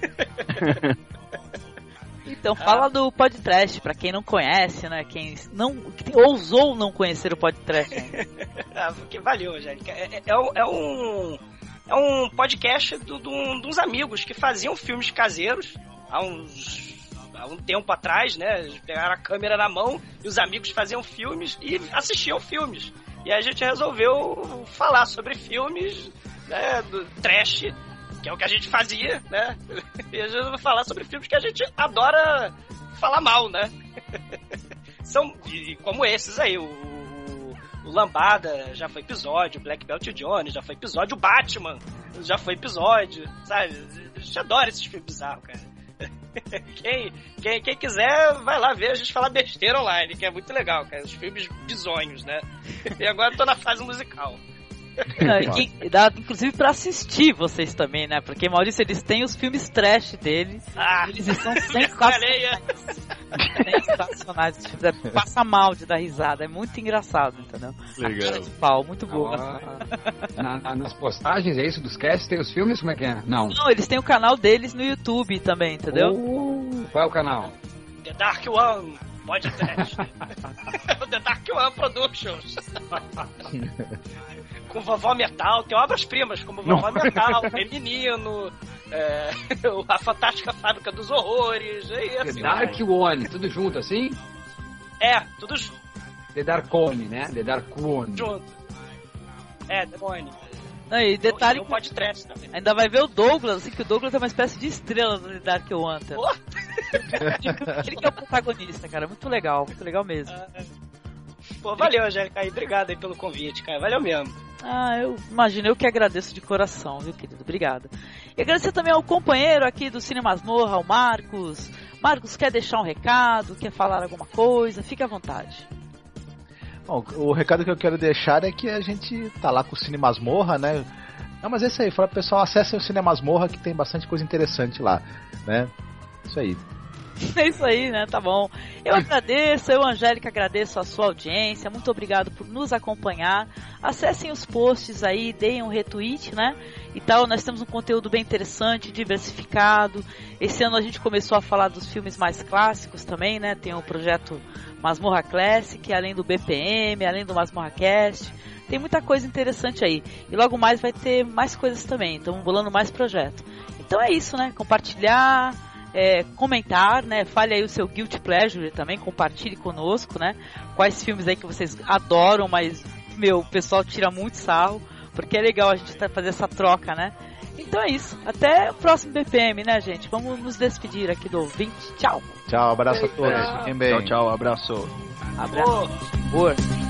Então, fala do podcast, pra quem não conhece, né? Quem não quem ousou não conhecer o podcast ainda. Ah, que valeu, Angélica. É, é, um, é um é um podcast do, do, de uns amigos que faziam filmes caseiros há uns há um tempo atrás, né? Eles pegaram a câmera na mão e os amigos faziam filmes e assistiam filmes. E a gente resolveu falar sobre filmes, né, do trash, que é o que a gente fazia, né? E a gente vai falar sobre filmes que a gente adora falar mal, né? São e como esses aí, o, o Lambada já foi episódio, o Black Belt Johnny já foi episódio, o Batman já foi episódio, sabe? A gente adora esses filmes bizarros, cara. Quem, quem, quem quiser, vai lá ver a gente falar besteira online, que é muito legal, cara. Os filmes bizonhos, né? E agora eu tô na fase musical. Não, e quem- dá, inclusive pra assistir vocês também, né? Porque, Maurício, eles têm os filmes trash deles. Ah, eles estão sensacionais. Sensacionais. Esses filmes, é, passa mal de dar risada. É muito engraçado, entendeu? Legal. A cara de pau, muito boa. Ah, na- na- nas postagens, é isso? Dos casts, tem os filmes? Como é que é? Não. Não, eles têm o canal deles no YouTube também, entendeu? Oh, qual é o canal? The Dark One, pode trash. The Dark One Productions. Com Vovó Metal, tem obras-primas como Vovó Não. Metal, Feminino, é, a Fantástica Fábrica dos Horrores, é The assim, Dark One, tudo junto assim? É, tudo junto. The Dark One, né? The Dark One. É, demônio. Não, e detalhe, Não pode trash também. ainda vai ver o Douglas, assim, que o Douglas é uma espécie de estrela do Dark Hunter. Ele que é o protagonista, cara. Muito legal, muito legal mesmo. Pô, valeu, Angélica, aí, obrigado aí pelo convite, cara, valeu mesmo. Ah, eu imagino, eu que agradeço de coração, viu, querido? Obrigada. E agradecer também ao companheiro aqui do Cine Masmorra, o Marcos. Marcos, quer deixar um recado? Quer falar alguma coisa? Fique à vontade. Bom, o recado que eu quero deixar é que a gente tá lá com o Cine Masmorra, né? Não, mas é isso aí, fala pro pessoal, acessem o Cine Masmorra que tem bastante coisa interessante lá, né? Isso aí. É isso aí, né? Tá bom. Eu agradeço, eu, Angélica, agradeço a sua audiência. Muito obrigado por nos acompanhar. Acessem os posts aí, deem um retweet, né? E tal, nós temos um conteúdo bem interessante, diversificado. Esse ano a gente começou a falar dos filmes mais clássicos também, né? Tem o projeto Masmorra Classic, além do B P M, além do Masmorra Cast. Tem muita coisa interessante aí. E logo mais vai ter mais coisas também. Estamos bolando mais projetos. Então é isso, né? Compartilhar... É, comentar, né? Fale aí o seu Guilty Pleasure também, compartilhe conosco, né? Quais filmes aí que vocês adoram, mas, meu, o pessoal tira muito sarro, porque é legal a gente fazer essa troca, né? Então é isso. Até o próximo B P M, né, gente? Vamos nos despedir aqui do ouvinte. Tchau. Tchau, abraço a todos. Fiquem bem. Tchau, tchau, abraço. Abraço. Boa.